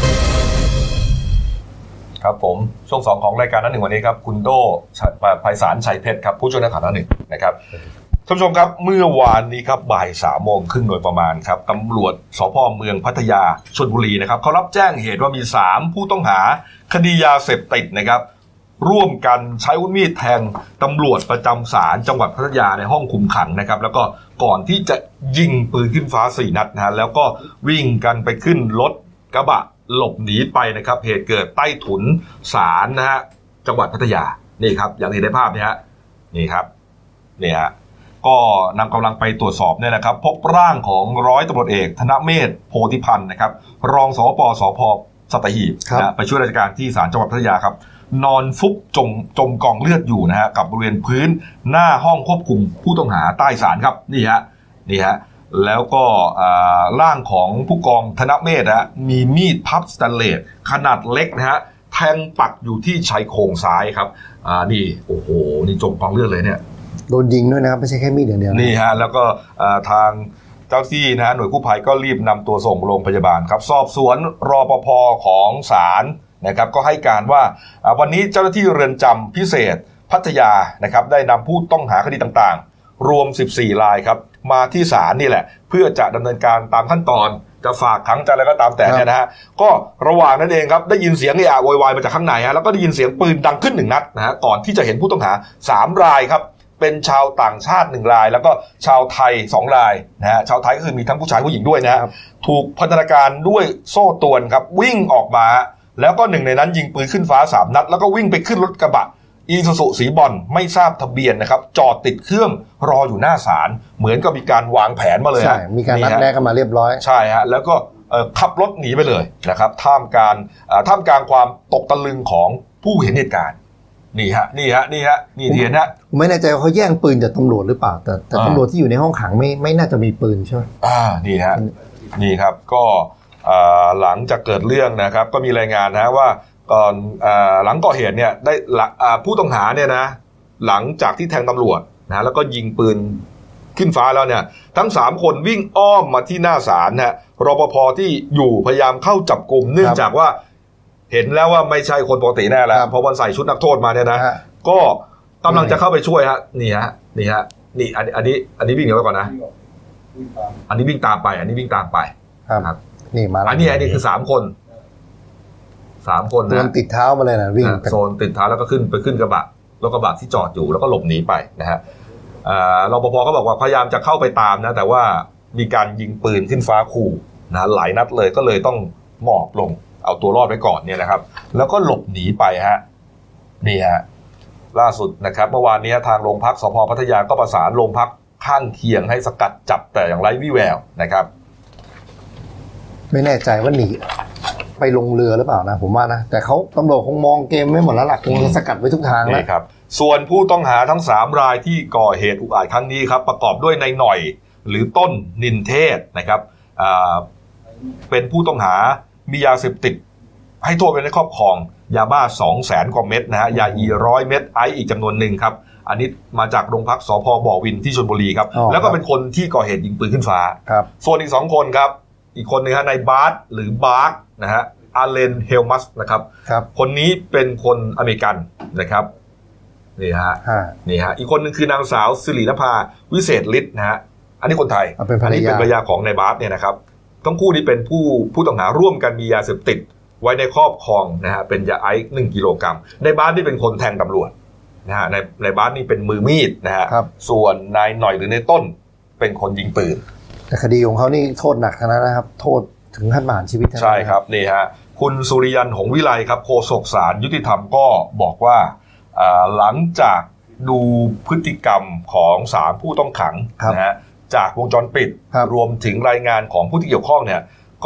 ครับผมช่วง2ของรายการนั้นหนึ่งวันนี้ครับคุณโดไพศาลชัยเพชรครับผู้ช่วยนักข่าวนั้นหนึ่งนะครับท่านผู้ชมครับเมื่อวานนี้ครับบ่าย 3:00 นโดยประมาณครับตำรวจสภ.เมืองพัทยาชลบุรีนะครับเขารับแจ้งเหตุว่ามี3ผู้ต้องหาคดียาเสพติดนะครับร่วมกันใช้อาวุธมีดแทงตำรวจประจำศาลจังหวัดพัทยาในห้องคุมขังนะครับแล้วก็ก่อนที่จะยิงปืนขึ้นฟ้า4 นัดนะฮะแล้วก็วิ่งกันไปขึ้นรถกระบะหลบหนีไปนะครับเหตุเกิดใต้ถุนศาลนะฮะจังหวัดพัทยานี่ครับอย่างที่เห็นในภาพนี้ฮะนี่ครับนี่ฮะก็นำกำลังไปตรวจสอบเนี่ยนะครับพบร่างของร้อยตำรวจเอกธนเมธโพธิพันธ์นะครับรองสปสพ.สัตหีบนะไปช่วยราชการที่ศาลจังหวัดพัทยาครับนอนฟุบจมกองเลือดอยู่นะฮะกับบริเวณพื้นหน้าห้องควบคุมผู้ต้องหาใต้ศาลครับนี่ฮะแล้วก็ร่างของผู้กองธนเมธนะมีมีดพับสแตนเลสขนาดเล็กนะฮะแทงปักอยู่ที่ชายโครงซ้ายครับนี่โอ้โหนี่จมกองเลือดเลยเนี่ยโดนยิงด้วยนะครับไม่ใช่แค่มีดอย่างเดียวนี่ฮะแล้วก็ทางเจ้าที่นะหน่วยกู้ภัยก็รีบนำตัวส่งโรงพยาบาลครับสอบสวนรปภ.ของศาลนะครับก็ให้การว่าวันนี้เจ้าหน้าที่เรือนจำพิเศษพัทยานะครับได้นำผู้ต้องหาคดีต่างๆรวม14 รายครับมาที่ศาลนี่แหละเพื่อจะดำเนินการตามขั้นตอนจะฝากขังจะอะไรก็ตามแต่เนี่ยนะฮะก็ระหว่างนั้นเองครับได้ยินเสียงโวยวายมาจากข้างในฮะแล้วก็ได้ยินเสียงปืนดังขึ้น1 นัดนะฮะก่อนที่จะเห็นผู้ต้องหา3 รายครับเป็นชาวต่างชาติ1 รายแล้วก็ชาวไทย2 รายนะฮะชาวไทยก็คือมีทั้งผู้ชายผู้หญิงด้วยนะฮะถูกพันธนาการด้วยโซ่ตรวนครับวิ่งออกมาแล้วก็1 ในนั้นยิงปืนขึ้นฟ้า3 นัดแล้วก็วิ่งไปขึ้นรถกระบะอีซูซุสีบอลไม่ทราบทะเบียนนะครับจอดติดเครื่องรออยู่หน้าศาลเหมือนกับมีการวางแผนมาเลยใช่มีการนัดแนะกันมาเรียบร้อยใช่ฮะแล้วก็ขับรถหนีไปเลยนะครับท่ามกลางความตกตะลึงของผู้เห็นเหตุการณ์นี่เห็นฮะไม่แน่ใจว่าเขาแย่งปืนจากตำรวจหรือเปล่าแต่ตำรวจที่อยู่ในห้องขังไม่น่าจะมีปืนใช่ไหมนี่ฮะนี่ครับก็หลังจากเกิดเรื่องนะครับก็มีรายงานนะว่าก่อนหลังก่อเหตุเนี่ยได้ผู้ต้องหาเนี่ยนะหลังจากที่แทงตำรวจนะแล้วก็ยิงปืนขึ้นฟ้าแล้วเนี่ยทั้ง3 คนวิ่งอ้อมมาที่หน้าศาลนะรปภ.ที่อยู่พยายามเข้าจับกุมเนื่องจากว่าเห็นแล้วว่าไม่ใช่คนปกติแน่แล้วเพราะวันใส่ชุดนักโทษมาเนี่ยนะก็กำลังจะเข้าไปช่วยฮะนี่อันนี้วิ่งเดี๋ยวก่อนนะอันนี้วิ่งตามไปครับนี่มาแล้วอันนี้คือ3 คนนะโซนติดเท้ามาเลยนะวิ่งโซนติดเท้าแล้วก็ขึ้นไปขึ้นกระบะที่จอดอยู่แล้วก็หลบหนีไปนะฮะรปภ.ก็บอกว่าพยายามจะเข้าไปตามนะแต่ว่ามีการยิงปืนขึ้นฟ้าขู่นะหลายนัดเลยก็เลยต้องหมอบลงเอาตัวรอดไว้ก่อนเนี่ยนะครับแล้วก็หลบหนีไปฮะนี่ฮะล่าสุดนะครับเมื่อวานนี้ทางโรงพักสภ.พัทยาก็ประสานโรงพักข้างเคียงให้สกัดจับแต่อย่างไร้วี่แววนะครับไม่แน่ใจว่าหนีไปลงเรือหรือเปล่านะผมว่านะแต่เขาตำรวจคงมองเกมไม่หมดแล้วล่ะคงสกัดไว้ทุกทางแล้วครับส่วนผู้ต้องหาทั้ง3 รายที่ก่อเหตุอุกอาจครั้งนี้ครับประกอบด้วยนายหน่อยหรือต้นนินเทศนะครับเป็นผู้ต้องหามียาเสพติดให้โทษไว้ในครอบครองยาบ้า 200,000 กว่าเม็ดนะฮะยาอี100 เม็ดไอซ์อีกจำนวนหนึ่งครับอันนี้มาจากโรงพักสภ.บ่อวินที่ชลบุรีครับแล้วก็เป็นคนที่ก่อเหตุยิงปืนขึ้นฟ้าส่วนอีก2 คนครับอีกคนนึงฮะนายบาร์สหรือบาร์กนะฮะอาเลนเฮลมัสนะครับคนนี้เป็นคนอเมริกันนะครับนี่ฮะอีกคนนึงคือนางสาวสิรินภาวิเศษฤทธิ์นะฮะอันนี้คนไทยอันนี้เป็นภรรยาของนายบาร์สเนี่ยนะครับทั้งคู่นี้เป็นผู้ต้องหาร่วมกันมียาเสพติดไว้ในครอบครองนะฮะเป็นยาไอซ์1 กิโลกรัมนายบาร์สนี่เป็นคนแทงตำรวจนะฮะนายบาร์สนี่เป็นมือมีดนะฮะส่วนนายหน่อยหรือในต้นเป็นคนยิงปืนแต่คดีของเขานี่โทษหนักนะครับโทษถึงขั้นประหารชีวิตใช่ครับนี่ฮะคุณสุริยันหงส์วิไลครับโฆษกศาลยุติธรรมก็บอกว่าหลังจากดูพฤติกรรมของ3 ผู้ต้องขังนะฮะจากวงจรปิดรวมถึงรายงานของผู้ที่เกี่ยวข้องเนี่ยก็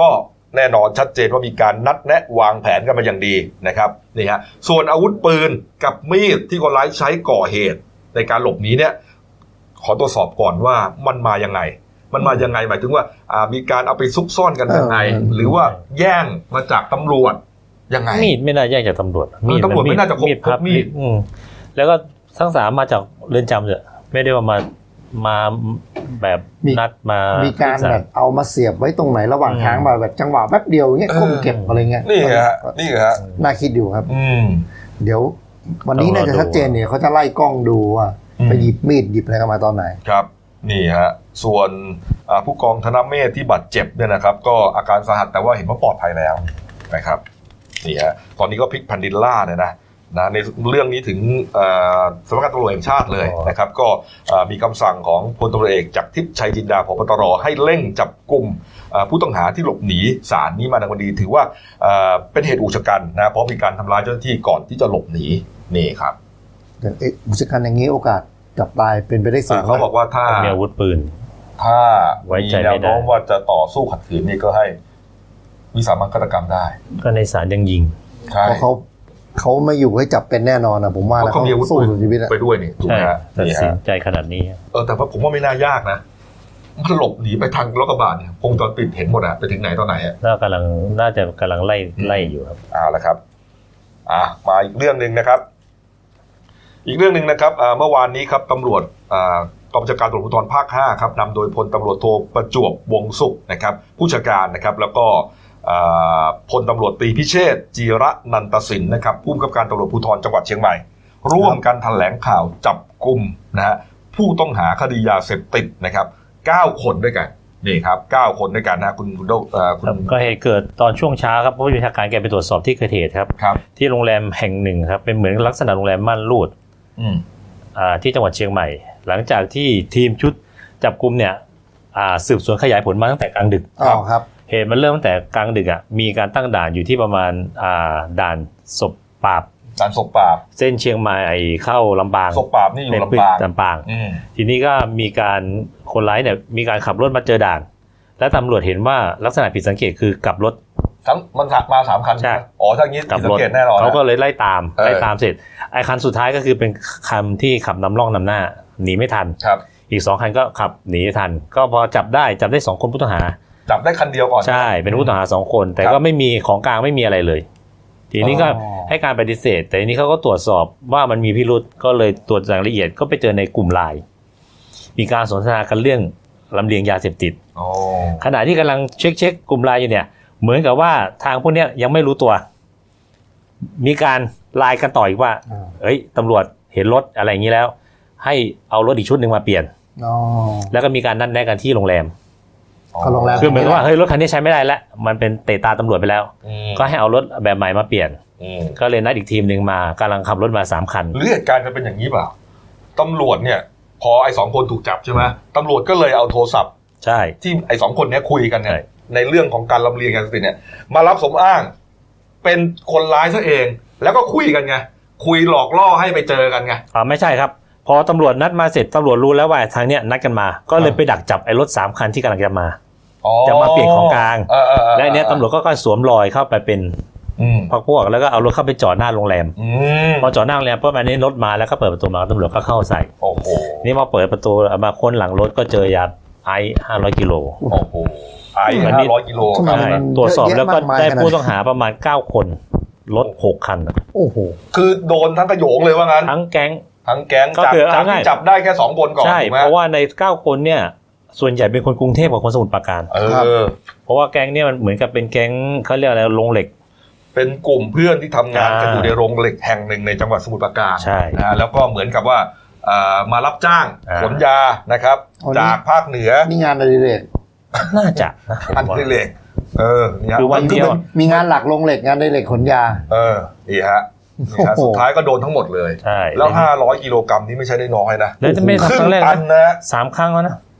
แน่นอนชัดเจนว่ามีการนัดแนะวางแผนกันมาอย่างดีนะครับนี่ฮะส่วนอาวุธปืนกับมีดที่คนร้ายใช้ก่อเหตุในการหลบหนีเนี่ยขอตรวจสอบก่อนว่ามันมายังไงหมายถึงว่ามีการเอาไปซุกซ่อนกันยังไงหรือว่าแย่งมาจากตำรวจยังไงมีดไม่น่าแย่งจากตำรวจตำรวจไม่น่าจะพกมีดแล้วก็ทั้ง3มาจากเรือนจำเนี่ยไม่ได้ว่ามาแบบนัดมีการแบบเอามาเสียบไว้ตรงไหนระหว่างทางแบบจังหวะแป๊บเดียวเงี้ยก้มเก็บอะไรเงี้ยนี่ฮะน่าคิดอยู่ครับเดี๋ยววันนี้น่าจะชัดเจนเนี่ยเขาจะไล่กล้องดูว่าไปหยิบมีดหยิบอะไรกันมาตอนไหนครับนี่ฮะส่วนผู้กองธนเมธที่บาดเจ็บเนี่ยนะครับก็อาการสาหัสแต่ว่าเห็นว่าปลอดภัยแล้วนะครับนี่ฮะตอนนี้ก็พลิกแผ่นดินล่าเนี่ยนะในเรื่องนี้ถึงสำนักงานตำรวจแห่งชาติเลยนะครับก็มีคำสั่งของพลตำรวจเอกจากทิพย์ชัยจินดาผบ.ตร.ให้เร่งจับกุมผู้ต้องหาที่หลบหนีศาลนี้มาในวันนี้ถือว่าเป็นเหตุอุกชะกันนะเพราะมีการทำร้ายเจ้าหน้าที่ก่อนที่จะหลบหนีนี่ครับอุกชะกันอย่างนี้โอกาสจับตายเป็นไปได้สูงเขาบอกว่าถ้ามีอาวุธปืนถ้ามีแนวโน้มว่าจะต่อสู้ขัดขืนนี่ก็ให้วิสามัญฆาตกรรมได้ก็ในศาลยังยิงเพราะเขาไม่อยู่ให้จับเป็นแน่นอนนะผมว่าเขามีอาวุธปืนไปด้วยนี่ถูกไหมตัดสินใจขนาดนี้แต่ว่าผมว่าไม่น่ายากนะมันหลบหนีไปทางรถกระบะเนี่ยคงจรปิดเห็นหมดอะไปถึงไหนตอนไหนอะน่าจะกำลังไล่อยู่ครับแล้วครับมาอีกเรื่องนึงนะครับเมื่อวานนี้ครับตำรวจกองบัญชาการตำรวจภูธรภาค5ครับนำโดยพลตำรวจโทประจวบวงศุขนะครับผู้บัญชาการนะครับแล้วก็พลตำรวจตรีพิเชษฐ์จีระนันตสินนะครับผู้กำกับการตำรวจภูธรจังหวัดเชียงใหม่ร่วมกันแถลงข่าวจับกุมนะฮะผู้ต้องหาคดียาเสพติดนะครับ9คนด้วยกันนี่ครับ9คนด้วยกันนะคุณก็เหตุเกิดตอนช่วงเช้าครับผู้บัญชาการแกไปตรวจสอบที่เกิดเหตุครับที่โรงแรมแห่งหนึ่งครับเป็นเหมือนลักษณะโรงแรมม่านรูดที่จังหวัดเชียงใหม่หลังจากที่ทีมชุดจับกุมเนี่ยสืบสวนขยายผลมาตั้งแต่กลางดึกครับเหตุมันเริ่มตั้งแต่กลางดึกมีการตั้งด่านอยู่ที่ประมาณด่านศพปราบเส้นเชียงใหม่เข้าลำปางศพปราบนี่อยู่ลำปางทีนี้ก็มีการคนร้ายเนี่ยมีการขับรถมาเจอด่านและตำรวจเห็นว่าลักษณะผิดสังเกตคือกลับรถมันมา3คันถ้างี้ผิดสังเกตแน่นอนเขาก็เลยไล่ตามเสร็จไอ้คันสุดท้ายก็คือเป็นคันที่ขับนำร่องนำหน้าหนีไม่ทันอีก2คันก็ขับหนีทันก็พอจับได้2คนผู้ต้องหาจับได้คันเดียวก่อนใช่เป็นผู้ต้องหา2คนแต่ก็ไม่มีของกลางไม่มีอะไรเลยทีนี้ก็ให้การปฏิเสธแต่ทีนี้เขาก็ตรวจสอบว่ามันมีพิรุธก็เลยตรวจอย่างละเอียดก็ไปเจอในกลุ่มไลน์มีการสนทนากันเรื่องลำเลียงยาเสพติดขณะที่กำลังเช็คกลุ่มไลน์อยู่เนี่ยเหมือนกับว่าทางพวกนี้ยังไม่รู้ตัวมีการไลน์กันต่ออีกว่าตำรวจเห็นรถอะไรอย่างนี้แล้วให้เอารถอีกชุดนึงมาเปลี่ยนแล้วก็มีการนัดแนะกันที่โรงแรมคือเหมือนว่าเฮ้ยรถคันนี้ใช้ไม่ได้แล้วมันเป็นเตะตาตำรวจไปแล้วก็ให้เอารถแบบใหม่มาเปลี่ยนก็เลยนัดอีกทีมนึงมากำลังขับรถมา3คันหรือเหตุการณ์จะเป็นอย่างนี้เปล่าตำรวจเนี่ยพอไอ้2คนถูกจับใช่ไหมตำรวจก็เลยเอาโทรศัพท์ใช่ที่ไอ้2คนนี้คุยกันเนี่ยในเรื่องของการลำเลียงยาเสพติดเนี่ยมารับสมอ้างเป็นคนร้ายซะเองแล้วก็คุยกันไงคุยหลอกล่อให้ไปเจอกันไงไม่ใช่ครับพอตำรวจนัดมาเสร็จตำรวจรู้แล้วว่าทางเนี้ยนัดกันมาก็เลยไปดักจับไอ้รถ3คันที่กำลังจะมาเปลี่ยนของกลางและเนี้ยตำรวจก็สวมรอยเข้าไปเป็นพวกแล้วก็เอารถเข้าไปจอดหน้าโรงแรมพอจอดหน้าโรงแรมเพราะอันนี้รถมาแล้วก็เปิดประตูมาตำรวจก็เข้าใส่นี่มาเปิดประตูมาค้นหลังรถก็เจอยาไอซ์500 กิโลไอซ์500 กิโลตรวจสอบแล้วก็ได้ผู้ต้องหาประมาณ9คนรถ6คันคือโดนทั้งกระโยงเลยว่างั้นทั้งแก๊งก็คือจับได้แค่2คนก่อนใช่เพราะว่าใน9คนเนี่ยส่วนใหญ่เป็นคนกรุงเทพกับคนสมุทรปราการเพราะว่าแก๊งเนี่ยมันเหมือนกับเป็นแก๊งเขาเรียกอะไรโรงเหล็กเป็นกลุ่มเพื่อนที่ทำงานกันอยู่ในโรงเหล็กแห่งหนึ่งในจังหวัดสมุทรปราการนะแล้วก็เหมือนกับว่ามารับจ้างขนยานะครับจากภาคเหนือนี่งานอะไรเลยน่าจะงานอะไรเลยคือวันเดียวมีงานหลักโรงเหล็กงานเหล็กขนยานี่ฮะสุดท้ายก็โดนทั้งหมดเลยแล้ว500 กิโลกรัมนี่ไม่ใช่ได้น้อยนะแล้วจะไม่ทำครั้งแรกนะ3ครั้งแล้วนะ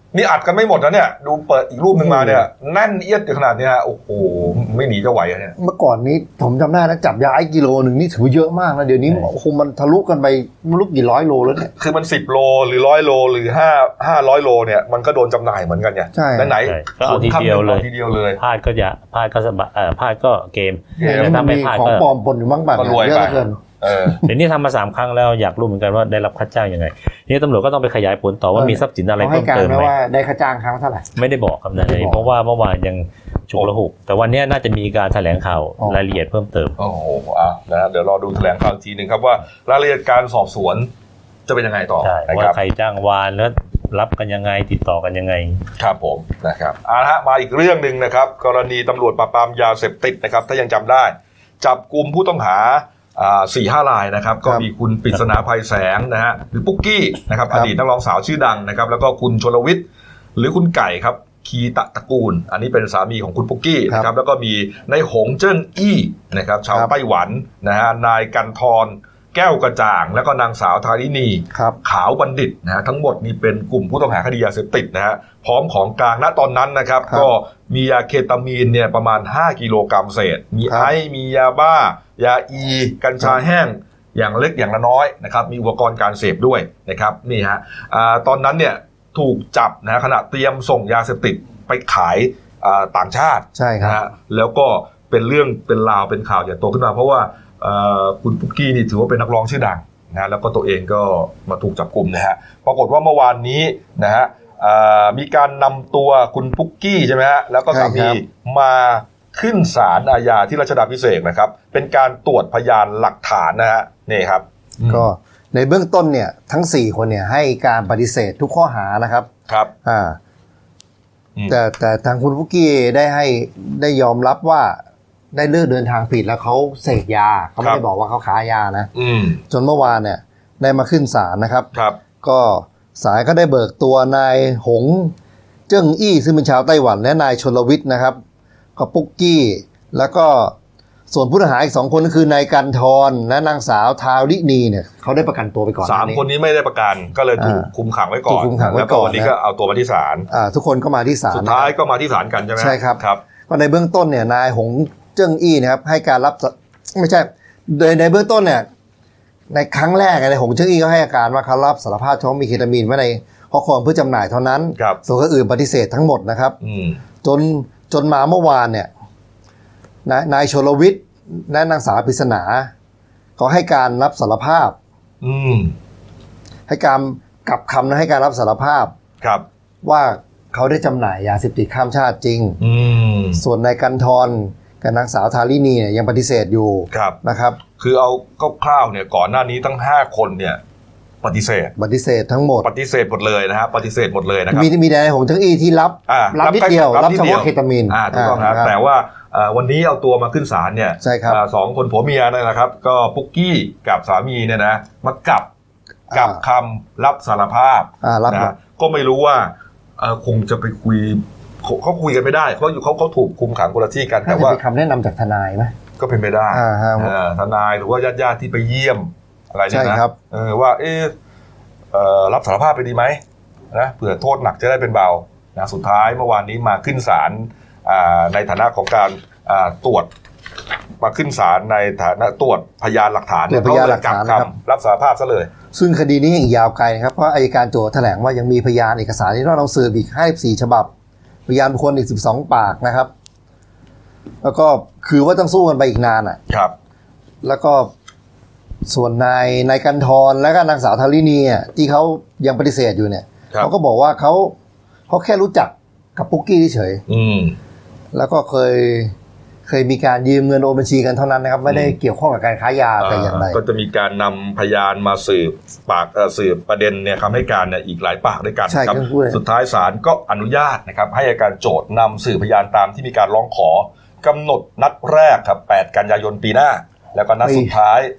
นี่อัดกันไม่หมดนะเนี่ยดูเปิดอีกรูปนึงมาเนี่ยแน่นเอียดขนาดนี้โอ้โหไม่หนีจะไหวอะเนี่ยเมื่อก่อนนี้ผมจำได้นะจับยากิโลหนึ่งนี่ถือเยอะมากนะเดี๋ยวนี้โอ้โหมันทะลุกันไปไม่รู้กี่ร้อยโลแล้วเนี่ยคือมัน10 โลหรือ100 โลหรือ500 โลเนี่ยมันก็โดนจำหน่ายเหมือนกันไงไหนก็เอาทีเดียวเลยพลาดก็พลาดก็เกมแต่ถ้าไม่พลาดก็ของปลอมปนอยู่บ้างแบบเยอะเกินเดี๋ยวนี้ทำมา3 ครั้งแล้วอยากรู้เหมือนกันว่าได้รับค่าจ้างยังไงนี่ตำรวจก็ต้องไปขยายผลต่อว่ามีทรัพย์สินอะไรเพิ่มเติมไหมว่าได้ค่าจ้างครั้งเท่าไหร่ไม่ได้บอกครับนะเพราะว่าเมื่อวานยังฉุกละหุกแต่วันนี้น่าจะมีการแถลงข่าวรายละเอียดเพิ่มเติมโอ้โหนะเดี๋ยวรอดูแถลงข่าวทีนึงครับว่ารายละเอียดการสอบสวนจะเป็นยังไงต่อว่าใครจ้างวานแล้วรับกันยังไงติดต่อกันยังไงครับผมนะครับมาอีกเรื่องนึงนะครับกรณีตำรวจปราบปรามยาเสพติดนะครับถ้ายังจำได้จับกุมผู้ต้องหา4-5 รายนะครับก็มีคุณปริศนาภัยแสงนะฮะหรือปุ๊กกี้นะครับอดีตนักร้องสาวชื่อดังนะครับแล้วก็คุณชลวิทย์หรือคุณไก่ครับคีตะตระกูลอันนี้เป็นสามีของคุณปุ๊กกี้นะครับแล้วก็มีนายหงเจิ้นอี้นะครับชาวไต้หวันนะฮะนายกันทรแก้วกระจ่างแล้วก็นางสาวธารินีขาวบัณฑิตนะฮะทั้งหมดนี้เป็นกลุ่มผู้ต้องหาคดียาเสพติดนะฮะพร้อมของกลางณตอนนั้นนะครับก็มียาเคตามีนเนี่ยประมาณ5 กิโลกรัมเศษมีไอซ์มียาบ้ายาอีกัญชาแห้งอย่างเล็กอย่างละน้อยนะครับมีอุปกรณ์การเสพด้วยนะครับนี่ฮะตอนนั้นเนี่ยถูกจับนะขณะเตรียมส่งยาเสพติดไปขายต่างชาติใช่ครับแล้วก็เป็นเรื่องเป็นราวเป็นข่าวใหญ่โตขึ้นมาเพราะว่าคุณปุ๊กกี้นี่ถือว่าเป็นนักร้องชื่อดังนะแล้วก็ตัวเองก็มาถูกจับกุมนะฮะปรากฏว่าเมื่อวานนี้นะฮะมีการนำตัวคุณปุ๊กกี้ใช่ไหมฮะแล้วก็สามีมาขึ้นศาลอาญาที่รัชดาภิเษกนะครับเป็นการตรวจพยานหลักฐานนะฮะนี่ครับก็ในเบื้องต้นเนี่ยทั้ง4คนเนี่ยให้การปฏิเสธทุกข้อหานะครับครับแต่ทางคุณปุ๊กกี้ได้ยอมรับว่าได้เลือกเดินทางผิดแล้วเขาเสพยาเขาไม่ได้บอกว่าเขาขายยานะจนเมื่อวานเนี่ยได้มาขึ้นศาลนะครับก็ศาลก็ได้เบิกตัวนายหงเจิ้งอี้ซึ่งเป็นชาวไต้หวันและนายชลวิทย์นะครับก็ปุ๊กกี้แล้วก็ส่วนผู้ต้องหาอีก2 คนก็คือนายกันทรและนางสาวทารินีเนี่ยเขาได้ประกันตัวไปก่อน 3 คนนี้ไม่ได้ประกันก็เลยถูกคุมขังไว้ก่อนแล้วก็วันนี้ก็เอาตัวมาที่ศาลทุกคนก็มาที่ศาลสุดท้ายก็มาที่ศาลกันใช่ไหมใช่ครับก็ในเบื้องต้นเนี่ยนายหงเจิ้งอี้นะครับให้การรับไม่ใช่โดยในเบื้องต้นเนี่ยในครั้งแรกนายหงเจิ้งอี้ก็ให้การว่าเขารับสารภาพว่ามีเคตามีนไว้ในครอบครองเพื่อจำหน่ายเท่านั้นส่วนอื่นปฏิเสธทั้งหมดนะครับจนมาเมื่อวานเนี่ยนายชลวิทย์และนางสาวปริศนาเขาให้การรับสารภาพให้การกลับคำนะให้การรับสารภาพว่าเขาได้จำหน่ายยาเสพติดข้ามชาติจริงส่วนนายกันทรกับนางสาวธารินีเนี่ยยังปฏิเสธอยู่นะครับคือเอาคร่าวๆเนี่ยก่อนหน้านี้ทั้ง5 คนเนี่ยปฏิเสธทั้งหมดปฏิเสธหมดเลยนะฮะปฏิเสธหมดเลยนะครับมีนายหงเจิ้งอี้ที่รับนิดเดียวรับเฉพาะเคตามีนถูกต้องครับแต่ว่าวันนี้เอาตัวมาขึ้นศาลเนี่ย2 คนผัวเมียนะครับก็ปุ๊กกี้กับสามีเนี่ยนะมากับคำรับสารภาพนะก็ไม่รู้ว่าคงจะไปคุยเขาคุยกันไม่ได้เพราะเขาถูกคุมขังคนละที่กันแต่ว่าคำแนะนำจากทนายไหมก็เป็นไปได้ทนายหรือว่าญาติที่ไปเยี่ยมอะไรเนี่ยนะว่ารับสารภาพไปดีไหมนะเผื่อโทษหนักจะได้เป็นเบานะสุดท้ายเมื่อวานนี้มาขึ้นศาลในฐานะของการตรวจมาขึ้นศาลในฐานะตรวจพยานหลักฐานเนี่ยเขาเลยกลับคำรับสารภาพซะเลยซึ่งคดีนี้ยังยาวไกลนะครับเพราะอัยการโจทก์แถลงว่ายังมีพยานเอกสารที่ต้องสืบอีก54 ฉบับพยานบุคคลอีก12 ปากนะครับแล้วก็คือว่าต้องสู้กันไปอีกนานครับแล้วก็ส่วนนายกันทรและก็นางสาวธารินีที่เขายังปฏิเสธอยู่เนี่ยเขาก็บอกว่าเขาแค่รู้จักกับปุ๊กกี้เฉยแล้วก็เคยมีการยืมเงินโอนบัญชีกันเท่านั้นนะครับไม่ได้เกี่ยวข้องกับการค้ายาแต่อย่างใดก็จะมีการนำพยานมาสืบประเด็นเนี่ยคำให้การเนี่ยอีกหลายปากด้วยกันครับสุดท้ายศาลก็อนุญาตนะครับให้อัยการโจทก์นำสืบพยานตามที่มีการร้องขอกำหนดนัดแรกครับ8 กันยายนปีหน้าแล้วก็นัดสุดท้าย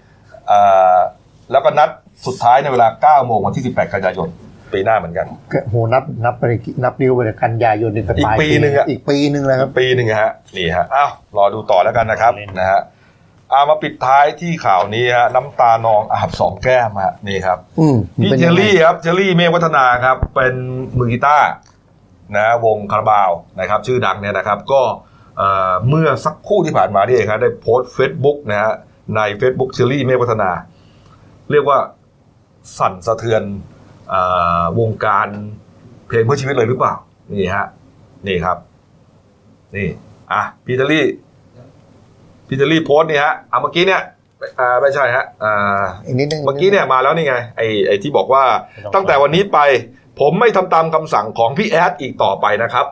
ในเวลา 9 โมงวันที่18 กันยายนปีหน้าเหมือนกันโหนับนิ้วไปเลยกันยายนอีกปีนึงอีกปีนึงแล้วครับปีนึงฮะนี่ฮะอ้าวรอดูต่อแล้วกันนะครับนะฮะมาปิดท้ายที่ข่าวนี้ฮะน้ำตานองอาบ2 แก้มฮะนี่ครับพี่เจลลี่ครับเจลลี่เมฆวัฒนาครับเป็นมือกีตาร์นะวงคาราบาวนะครับชื่อดังเนี่ยนะครับก็เมื่อสักครู่ที่ผ่านมานี่เองครับได้โพสต์ Facebook นะฮะใน Facebook เชอรี่เมฆวัฒนาเรียกว่าสั่นสะเทือนวงการเพลงเพื่อชีวิตเลยหรือเปล่านี่ฮะนี่ครับนี่พีเตอรี่โพสต์นี่ฮะเมื่อกี้เนี่ยไม่ใช่ฮะอีกนิดนึงเมื่อกี้เนี่ยมาแล้วนี่ไงไอ้ที่บอกว่าตั้งแต่วันนี้ไปผมไม่ทำตามคำสั่งของพี่แอดอีกต่อไปนะครับ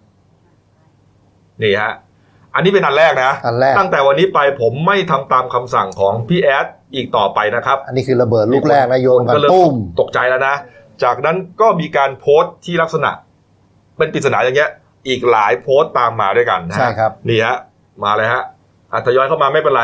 นี่ฮะอันนี้เป็นอันแรกนะตั้งแต่วันนี้ไปผมไม่ทำตามคำสั่งของพี่แอดอีกต่อไปนะครับอันนี้คือระเบิดลูกแรกนะโยนกันตุ้มตกใจแล้วนะจากนั้นก็มีการโพสต์ที่ลักษณะเป็นปริศนาอย่างเงี้ยอีกหลายโพสต์ตามมาด้วยกันนะใช่ครับนี่ฮะมาเลยฮะทยอยเข้ามาไม่เป็นไร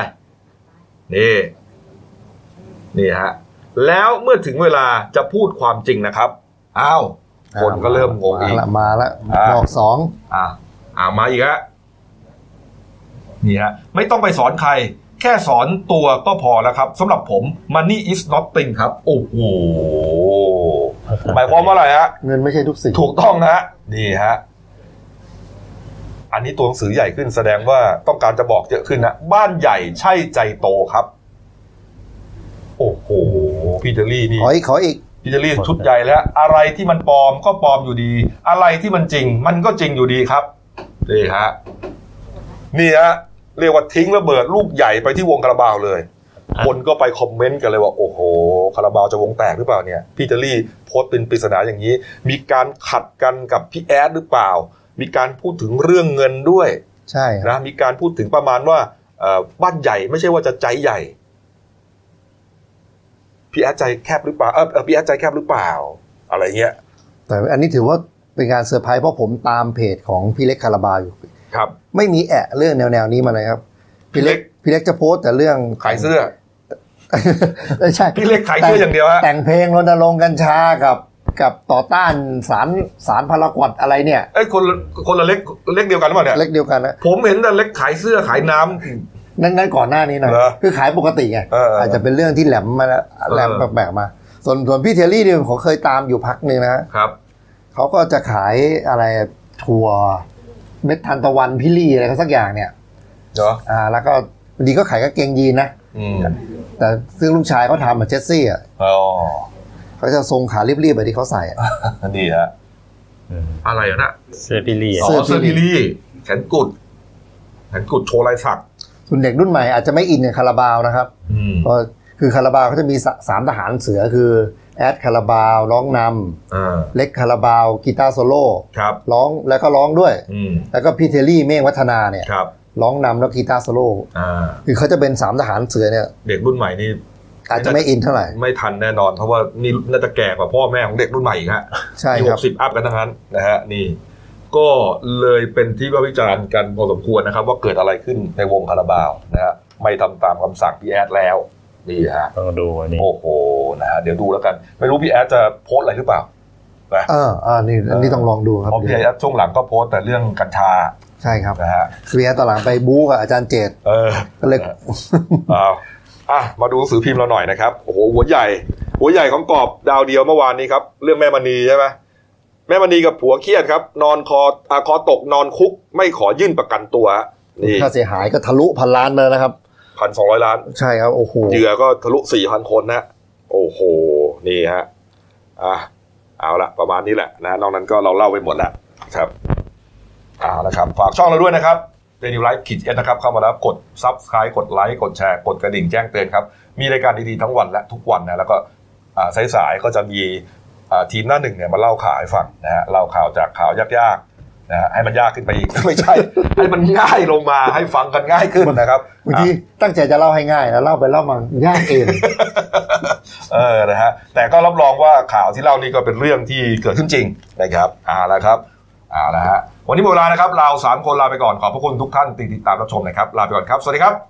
นี่ฮะแล้วเมื่อถึงเวลาจะพูดความจริงนะครับอ้าวคนก็เริ่มงงอีกมาแล้วดอกสองมาอีกฮะนี่ฮะไม่ต้องไปสอนใครแค่สอนตัวก็พอแล้วครับสำหรับผม money is nothing ครับโอ้โหหมายความว่าอะไรฮะเงินไม่ใช่ทุกสิ่งถูกต้องนะนี่ฮะอันนี้ตัวหนังสือใหญ่ขึ้นแสดงว่าต้องการจะบอกเยอะขึ้นนะบ้านใหญ่ใช่ใจโตครับโอ้โหพีเตอรี่นี่ขออีกพีเตอรี่ชุดใหญ่แล้วอะไรที่มันปลอมก็ปลอมอยู่ดีอะไรที่มันจริงมันก็จริงอยู่ดีครับนี่ฮะนี่ฮะเรียกว่าทิ้งระเบิดลูกใหญ่ไปที่วงคาราบาวเลยคนก็ไปคอมเมนต์กันเลยว่าโอ้โหคาราบาวจะวงแตกหรือเปล่าเนี่ยพีเตอรี่โพสต์เป็นปริศนาอย่างนี้มีการขัดกันกับพี่แอดหรือเปล่ามีการพูดถึงเรื่องเงินด้วยใช่นะมีการพูดถึงประมาณว่าบ้านใหญ่ไม่ใช่ว่าจะใจใหญ่พี่แอดใจแคบหรือเปล่าพี่แอดใจแคบหรือเปล่าอะไรเงี้ยแต่อันนี้ถือว่าเป็นการเซอร์ไพรส์เพราะผมตามเพจของพี่เล็กคาราบาวอยู่ครับไม่มีเรื่องแนวนี้มาเลยครับพี่เล็กจะโพสแต่เรื่องขายเสื้อใช่พี่เล็กขายเสื้ออย่างเดียวฮะแต่งเพลงรณรงค์กัญชากับต่อต้านสารพารากวัตอะไรเนี่ยคนละเล็กเดียวกันหรือเปล่าเนี่ยเล็กเดียวกันนะผมเห็นแต่เล็กขายเสื้อขายน้ำนั่นก่อนหน้านี้นะคือขายปกติไงอาจจะเป็นเรื่องที่แหลมมาแล้วแหลมแปลกๆมาส่วนพี่เทลลี่เนี่ยผมเคยตามอยู่พักนึงนะครับเขาก็จะขายอะไรถั่วเม็ดทานตะวันพิลี่อะไรก็สักอย่างเนี่ยเหรอแล้วก็ดีก็ขายกางเกงยีนนะแต่ซึ่งลูกชายเขาทำเจสซี่เขาจะทรงขาเรียบๆแบบที่เขาใส่ดีฮะอะไรนะเสื้อพิลี่เสื้อพิลี่แขนกุดโชว์ลายสักส่วนเด็กรุ่นใหม่อาจจะไม่อินกับคาราบาวนะครับก็คือคาราบาวเขาจะมี3ทหารเสือคือแอดคาราบาวร้องนำเล็กคาราบาวกีตาร์โซโล่ร้องแล้วก็ร้องด้วยแล้วก็พี่เทลลี่เมฆวัฒนาเนี่ยร้องนำแล้วกีตาร์โซโล่คือเขาจะเป็น3ทหารเสือเนี่ยเด็กรุ่นใหม่นี่อาจจะไม่อินเท่าไหร่ไม่ทันแน่นอนเพราะว่านี่น่าจะแก่กว่าพ่อแม่ของเด็กรุ่นใหม่อีกฮะใช่ครับ 60อัพกันทั้งนั้นนะฮะนี่ก็เลยเป็นที่วิจารณ์กันพอสมควรนะครับว่าเกิดอะไรขึ้นในวงคาราบาวนะฮะไม่ทำตามคำสั่งพี่แอดแล้วนี่ฮะต้องดูอันนี้โอ้โหนะฮะเดี๋ยวดูแล้วกันไม่รู้พี่แอดจะโพสอะไรหรือเปล่านะนี่ต้องลองดูครับเพราะพี่แอดช่วงหลังก็โพสแต่เรื่องกัญชาใช่ครับนะฮะพี่แอดตอนหลังไปบู๊กับอาจารย์เจตก็เลยมาดูหนังสือพิมพ์เราหน่อยนะครับโอ้โหหัวใหญ่ของกอบดาวเดียวเมื่อวานนี้ครับเรื่องแม่มณีใช่ไหมแม่มณีกับผัวเครียดครับนอนคอตกนอนคุกไม่ขอยื่นประกันตัวนี่ค่าเสียหายก็ทะลุ1,000 ล้านเลยนะครับ 1,200 ล้านใช่ครับโอ้โหเหยื่อก็ทะลุ 4,000 คนนะโอ้โหนี่ฮะเอาละประมาณนี้แหละนะนอกนั้นก็เราเล่าไปหมดแล้วครับเอาละครับฝากช่องเราด้วยนะครับDaily Life Kids นะครับเข้ามาแล้วกด Subscribe กดไลค์กดแชร์กดกระดิ่งแจ้งเตือนครับมีรายการดีๆทั้งวันและทุกวันนะแล้วก็สายๆก็จะมีทีมหน้าหนึ่งเนี่ยมาเล่าข่าวให้ฟังนะฮะเล่าข่าวจากข่าวยากๆนะฮะให้มันยากขึ้นไปอีกไม่ใช่ให้มันง่ายลงมาให้ฟังกันง่ายขึ้นนะครับบางทีตั้งใจจะเล่าให้ง่ายแล้วเล่าไปเล่ามายากเองนะฮะแต่ก็รับรองว่าข่าวที่เล่านี่ก็เป็นเรื่องที่เกิดขึ้นจริงนะครับแล้วครับละฮะวันนี้หมดเวลานะครับเรา3คนลาไปก่อนขอบพระคุณทุกท่านติดตามรับชมนะครับลาไปก่อนครับสวัสดีครับ